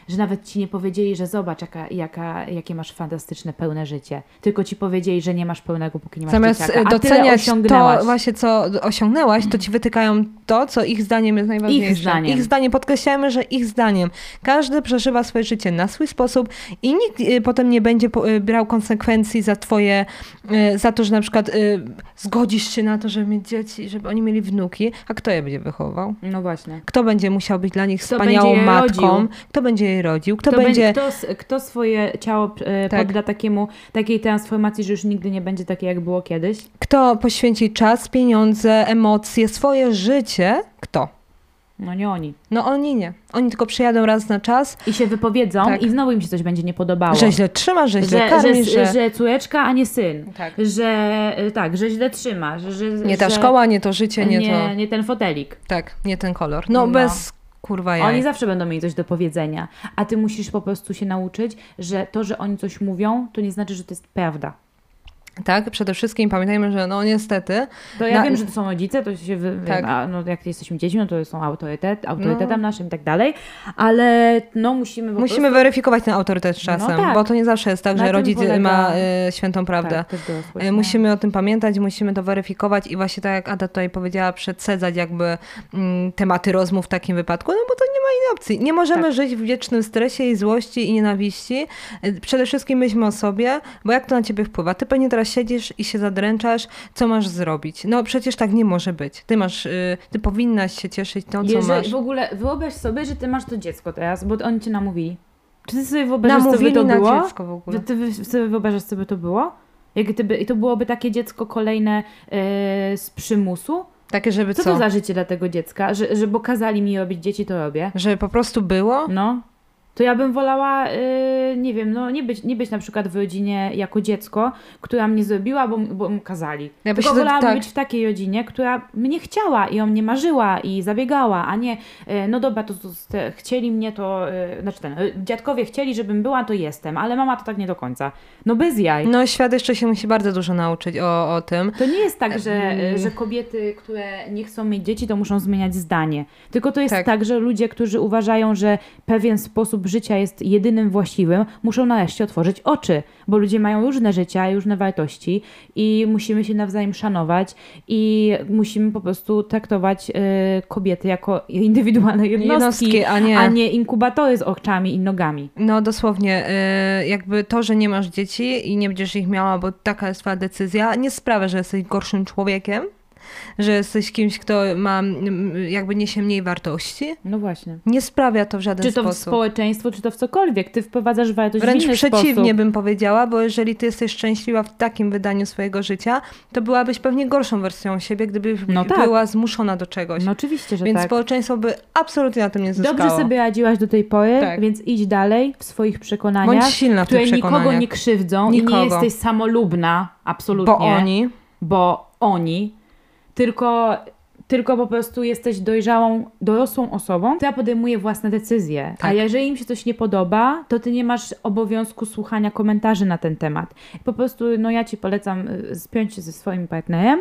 że nawet ci nie powiedzieli, że zobacz, jaka, jaka, jakie masz fantastyczne, pełne życie. Tylko ci powiedzieli, że nie masz pełnego, póki nie masz Zamiast dzieciaka. A doceniać tyle to właśnie, co osiągnęłaś, to ci wytykają to, co ich zdaniem jest najważniejsze. Ich zdaniem. Ich zdaniem. Podkreślajmy, że ich zdaniem. Każdy przeżywa swoje życie na swój sposób i nikt y, potem nie będzie po, y, brał konsekwencji za twoje, y, za to, że na przykład y, zgodzisz się na to, żeby mieć dzieci, żeby oni mieli wnuki, a kto je będzie wychowywał? No właśnie. Kto będzie musiał być dla nich Kto wspaniałą matką? rodził? Kto będzie je rodził? Kto, Kto, będzie... będzie... kto, kto swoje ciało y, Tak. podda takiemu, takiej transformacji, że już nigdy nie będzie takie, jak było kiedyś? Kto poświęci czas, pieniądze, emocje, swoje życie? Kto? No nie oni. No oni nie. Oni tylko przyjadą raz na czas. I się wypowiedzą Tak. i znowu im się coś będzie nie podobało. Że źle trzymasz, że źle że, karmisz, że, że... że córeczka, a nie syn. Tak. Że y, tak, że źle trzymasz. Że, Nie ta że, szkoła, nie to życie, nie, nie, to... nie ten fotelik. Tak, nie ten kolor. No, No. bez kurwa jaj. Oni zawsze będą mieli coś do powiedzenia. A ty musisz po prostu się nauczyć, że to, że oni coś mówią, to nie znaczy, że to jest prawda. Tak, przede wszystkim pamiętajmy, że no niestety... To ja Na- wiem, że to są rodzice, to się wy... Tak. a, no, jak jesteśmy dziećmi, no to są autorytet, autorytetem No. naszym i tak dalej, ale no musimy po Musimy prostu... weryfikować ten autorytet z czasem, No tak. bo to nie zawsze jest tak, Na że tym rodzic polega- ma y, świętą prawdę. Tak, to jest dorosłość, E, no. Musimy o tym pamiętać, musimy to weryfikować i właśnie tak jak Ada tutaj powiedziała, przedsadzać jakby mm, tematy rozmów w takim wypadku, no bo to nie ma innej opcji. Nie możemy Tak. żyć w wiecznym stresie i złości i nienawiści. E, Przede wszystkim myślmy o sobie, bo jak to na ciebie wpływa? Ty pewnie teraz siedzisz i się zadręczasz, co masz zrobić. No przecież tak nie może być. Ty masz, y, ty powinnaś się cieszyć tą, co Jeżeli masz. w ogóle wyobraź sobie, że ty masz to dziecko teraz, bo oni cię namówili. Czy ty sobie wyobrażasz, co by Namówili to na było? dziecko w ogóle. Ty, ty sobie wyobrażasz, co by to było? Jak ty by, I to byłoby takie dziecko kolejne e, z przymusu? Takie, żeby Co, co? to za życie dla tego dziecka? Że, że bo kazali mi robić dzieci, to robię. Że po prostu było? No. To ja bym wolała, yy, nie wiem, no nie być, nie być na przykład w rodzinie jako dziecko, która mnie zrobiła, bo, bo mu kazali. Ja by Tylko się- wolałabym tak. być w takiej rodzinie, która mnie chciała i o mnie marzyła i zabiegała, a nie, yy, no dobra, to, to te, chcieli mnie to, yy, znaczy ten, yy, dziadkowie chcieli, żebym była, to jestem, ale mama to tak nie do końca. No bez jaj. No świat jeszcze się musi bardzo dużo nauczyć o, o tym. To nie jest tak, że, Mm. że kobiety, które nie chcą mieć dzieci, to muszą zmieniać zdanie. Tylko to jest Tak. tak, że ludzie, którzy uważają, że pewien sposób życia jest jedynym właściwym, muszą nareszcie otworzyć oczy, bo ludzie mają różne życia, różne wartości i musimy się nawzajem szanować i musimy po prostu traktować y, kobiety jako indywidualne jednostki, Jednostki, a nie- a nie inkubatory z oczami i nogami. No dosłownie, y, jakby to, że nie masz dzieci i nie będziesz ich miała, bo taka jest twoja decyzja, nie sprawia, że jesteś gorszym człowiekiem, że jesteś kimś, kto ma mm, jakby niesie mniej wartości. No właśnie. Nie sprawia to w żaden Czy to w sposób. społeczeństwo, czy to w cokolwiek. Ty wprowadzasz wartość Wręcz w inny przeciwnie sposób. bym powiedziała, bo jeżeli ty jesteś szczęśliwa w takim wydaniu swojego życia, to byłabyś pewnie gorszą wersją siebie, gdybyś No tak. była zmuszona do czegoś. No oczywiście, że Więc tak. społeczeństwo by absolutnie na tym nie zyskało. Dobrze sobie radziłaś do tej pory, Tak. więc idź dalej w swoich przekonaniach, Bądź silna w które tych nikogo przekonaniach. nie krzywdzą Nikogo. i nie jesteś samolubna, absolutnie. Bo oni... Bo oni, tylko, tylko po prostu jesteś dojrzałą, dorosłą osobą, która podejmuje własne decyzje. Tak. A jeżeli im się coś nie podoba, to ty nie masz obowiązku słuchania komentarzy na ten temat. Po prostu, no ja ci polecam y, spiąć się ze swoim partnerem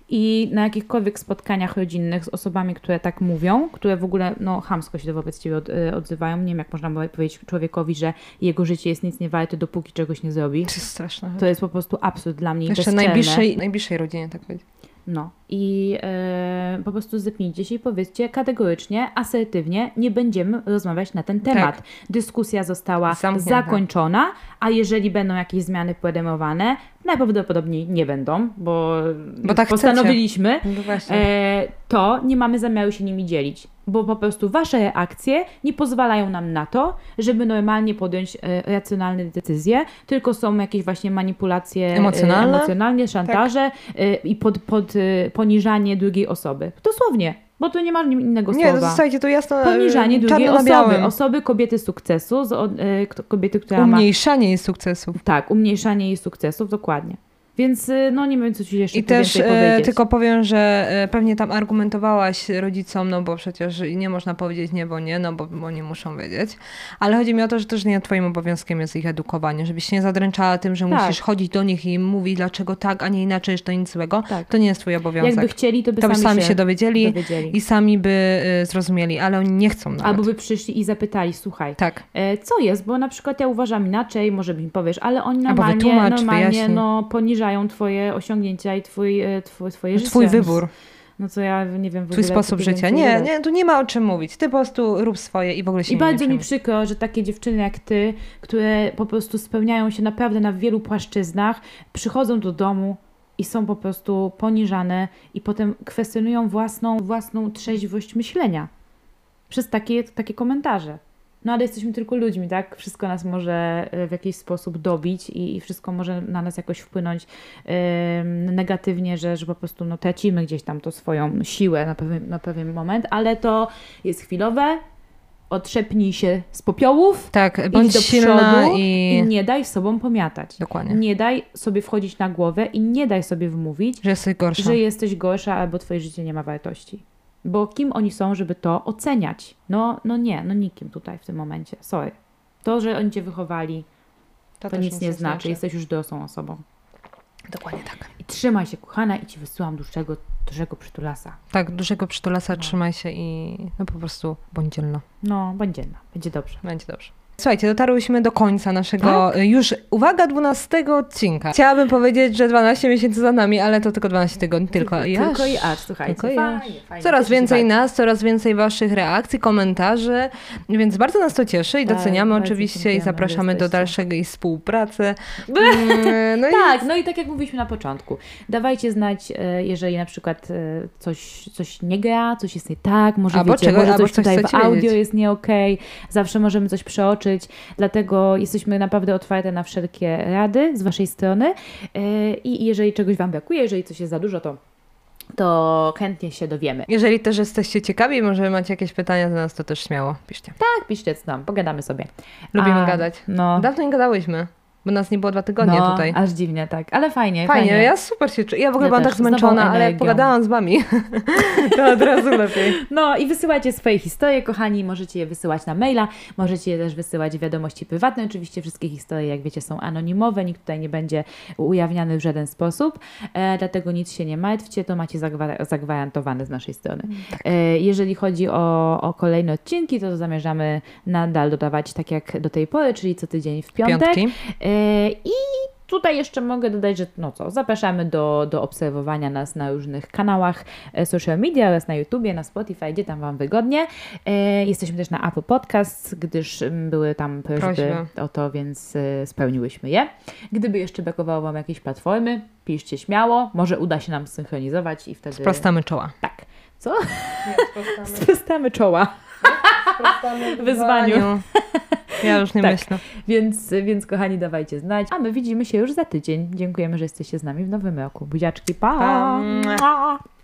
i na jakichkolwiek spotkaniach rodzinnych z osobami, które tak mówią, które w ogóle no, chamsko się wobec ciebie od, y, odzywają. Nie wiem, jak można by powiedzieć człowiekowi, że jego życie jest nic nie warte, dopóki czegoś nie zrobi. To jest straszne. To jest po prostu absurd dla mnie i Jeszcze bezczelne. najbliższej, najbliższej rodzinie, tak powiedzieć. No i e, po prostu zepnijcie się i powiedzcie kategorycznie, asertywnie, nie będziemy rozmawiać na ten temat. Tak. Dyskusja została Zamknięta. zakończona, a jeżeli będą jakieś zmiany podejmowane, najprawdopodobniej nie będą, bo, Bo tak postanowiliśmy, No właśnie. e, to nie mamy zamiaru się nimi dzielić. Bo po prostu wasze reakcje nie pozwalają nam na to, żeby normalnie podjąć e, racjonalne decyzje, tylko są jakieś właśnie manipulacje e, Emocjonalne? emocjonalne szantaże e, i pod, pod, e, poniżanie drugiej osoby. Dosłownie, bo to nie ma innego Nie, słowa. no zostajcie to jasno. Poniżanie e, drugiej czarno na osoby. białym. Osoby, kobiety sukcesu, z, o- e, kto- kobiety, która ma... Umniejszanie jej sukcesów. Tak, umniejszanie jej sukcesów, dokładnie. Więc no nie wiem, co ci jeszcze I też więcej powiedzieć. tylko powiem, że pewnie tam argumentowałaś rodzicom, no bo przecież nie można powiedzieć nie, bo nie, no bo oni muszą wiedzieć. Ale chodzi mi o to, że też nie twoim obowiązkiem jest ich edukowanie, żebyś się nie zadręczała tym, że tak. musisz chodzić do nich i mówić, dlaczego tak, a nie inaczej, że to nic złego. Tak. To nie jest twój obowiązek. Jakby chcieli, to by, to sami, by sami się, się dowiedzieli, dowiedzieli i sami by y, zrozumieli, ale oni nie chcą nawet. Albo by przyszli i zapytali, słuchaj, tak. e, co jest, bo na przykład ja uważam inaczej, może mi powiesz, ale oni normalnie, wytłumacz, normalnie no, poniżają twoje osiągnięcia i twój, twój, twoje życie. Twój wybór. No co ja nie wiem w Twój ogóle. sposób życia. Nie, nie, tu nie ma o czym mówić. Ty po prostu rób swoje i w ogóle się I nie bardzo nie mi przykro, że takie dziewczyny jak ty, które po prostu spełniają się naprawdę na wielu płaszczyznach, przychodzą do domu i są po prostu poniżane i potem kwestionują własną, własną trzeźwość myślenia przez takie, takie komentarze. No ale jesteśmy tylko ludźmi, tak? Wszystko nas może w jakiś sposób dobić i, i wszystko może na nas jakoś wpłynąć yy, negatywnie, że, że po prostu no, tracimy gdzieś tam to swoją siłę na pewien, na pewien moment, ale to jest chwilowe. Otrzepnij się z popiołów, tak, bądź idź do silna przodu i... i nie daj sobą pomiatać. Dokładnie. Nie daj sobie wchodzić na głowę i nie daj sobie wmówić, że jesteś gorsza, że jesteś gorsza albo twoje życie nie ma wartości. Bo kim oni są, żeby to oceniać? No, no nie, no nikim tutaj w tym momencie. Sorry. To, że oni cię wychowali, to, to nic, nic nie znaczy. znaczy. Jesteś już dorosłą osobą. Dokładnie tak. I trzymaj się, kochana, i ci wysyłam dużego, dużego przytulasa. Tak, dużego przytulasa, no. Trzymaj się i no po prostu bądź dzielna. No, bądź dzielna. Będzie dobrze. Będzie dobrze. Słuchajcie, dotarłyśmy do końca naszego tak? już, uwaga, dwunastego odcinka. Chciałabym powiedzieć, że dwanaście miesięcy za nami, ale to tylko dwanaście tygodni, tylko i aż. Tylko i aż, słuchajcie. Tylko fajnie, i aż. Fajnie, coraz więcej nas, coraz więcej waszych reakcji, komentarzy, więc bardzo nas to cieszy i tak, doceniamy oczywiście i zapraszamy do dalszej współpracy. No i... Tak, no i tak jak mówiliśmy na początku, dawajcie znać, jeżeli na przykład coś, coś nie gra, coś jest nie tak, może albo wiecie, czego, może coś tutaj w audio wiedzieć. Jest nie okej, okay, zawsze możemy coś przeoczyć. Dlatego jesteśmy naprawdę otwarte na wszelkie rady z waszej strony i jeżeli czegoś wam brakuje, jeżeli coś jest za dużo, to to chętnie się dowiemy. Jeżeli też jesteście ciekawi, może macie jakieś pytania do nas, to też śmiało piszcie. Tak, piszcie nam, pogadamy sobie. Lubimy A, gadać. No. Dawno nie gadałyśmy. Bo nas nie było dwa tygodnie no, tutaj. aż dziwnie, tak. Ale fajnie, fajnie. Fajnie, ja super się czuję. Ja w ogóle ja byłam tak zmęczona, ale jak pogadałam z wami, to od razu lepiej. No i wysyłajcie swoje historie, kochani. Możecie je wysyłać na maila, możecie je też wysyłać w wiadomości prywatne. Oczywiście wszystkie historie, jak wiecie, są anonimowe. Nikt tutaj nie będzie ujawniany w żaden sposób. E, dlatego nic się nie martwcie, to macie zagwar- zagwarantowane z naszej strony. Tak. E, jeżeli chodzi o, o kolejne odcinki, to zamierzamy nadal dodawać tak jak do tej pory, czyli co tydzień w piątek. Piątki. I tutaj jeszcze mogę dodać, że no co, zapraszamy do, do obserwowania nas na różnych kanałach social media oraz na YouTubie, na Spotify, gdzie tam wam wygodnie. E, jesteśmy też na Apple Podcasts, gdyż były tam prośby Prośby. o to, więc spełniłyśmy je. Gdyby jeszcze brakowało wam jakiejś platformy, piszcie śmiało, może uda się nam synchronizować i wtedy... Sprostamy czoła. Tak. Co? Nie, sprostamy. Sprostamy czoła. Sprostamy wyzwaniu. Ja już nie tak. myślę. Więc, więc kochani, dawajcie znać. A my widzimy się już za tydzień. Dziękujemy, że jesteście z nami w nowym roku. Buziaczki, pa! pa.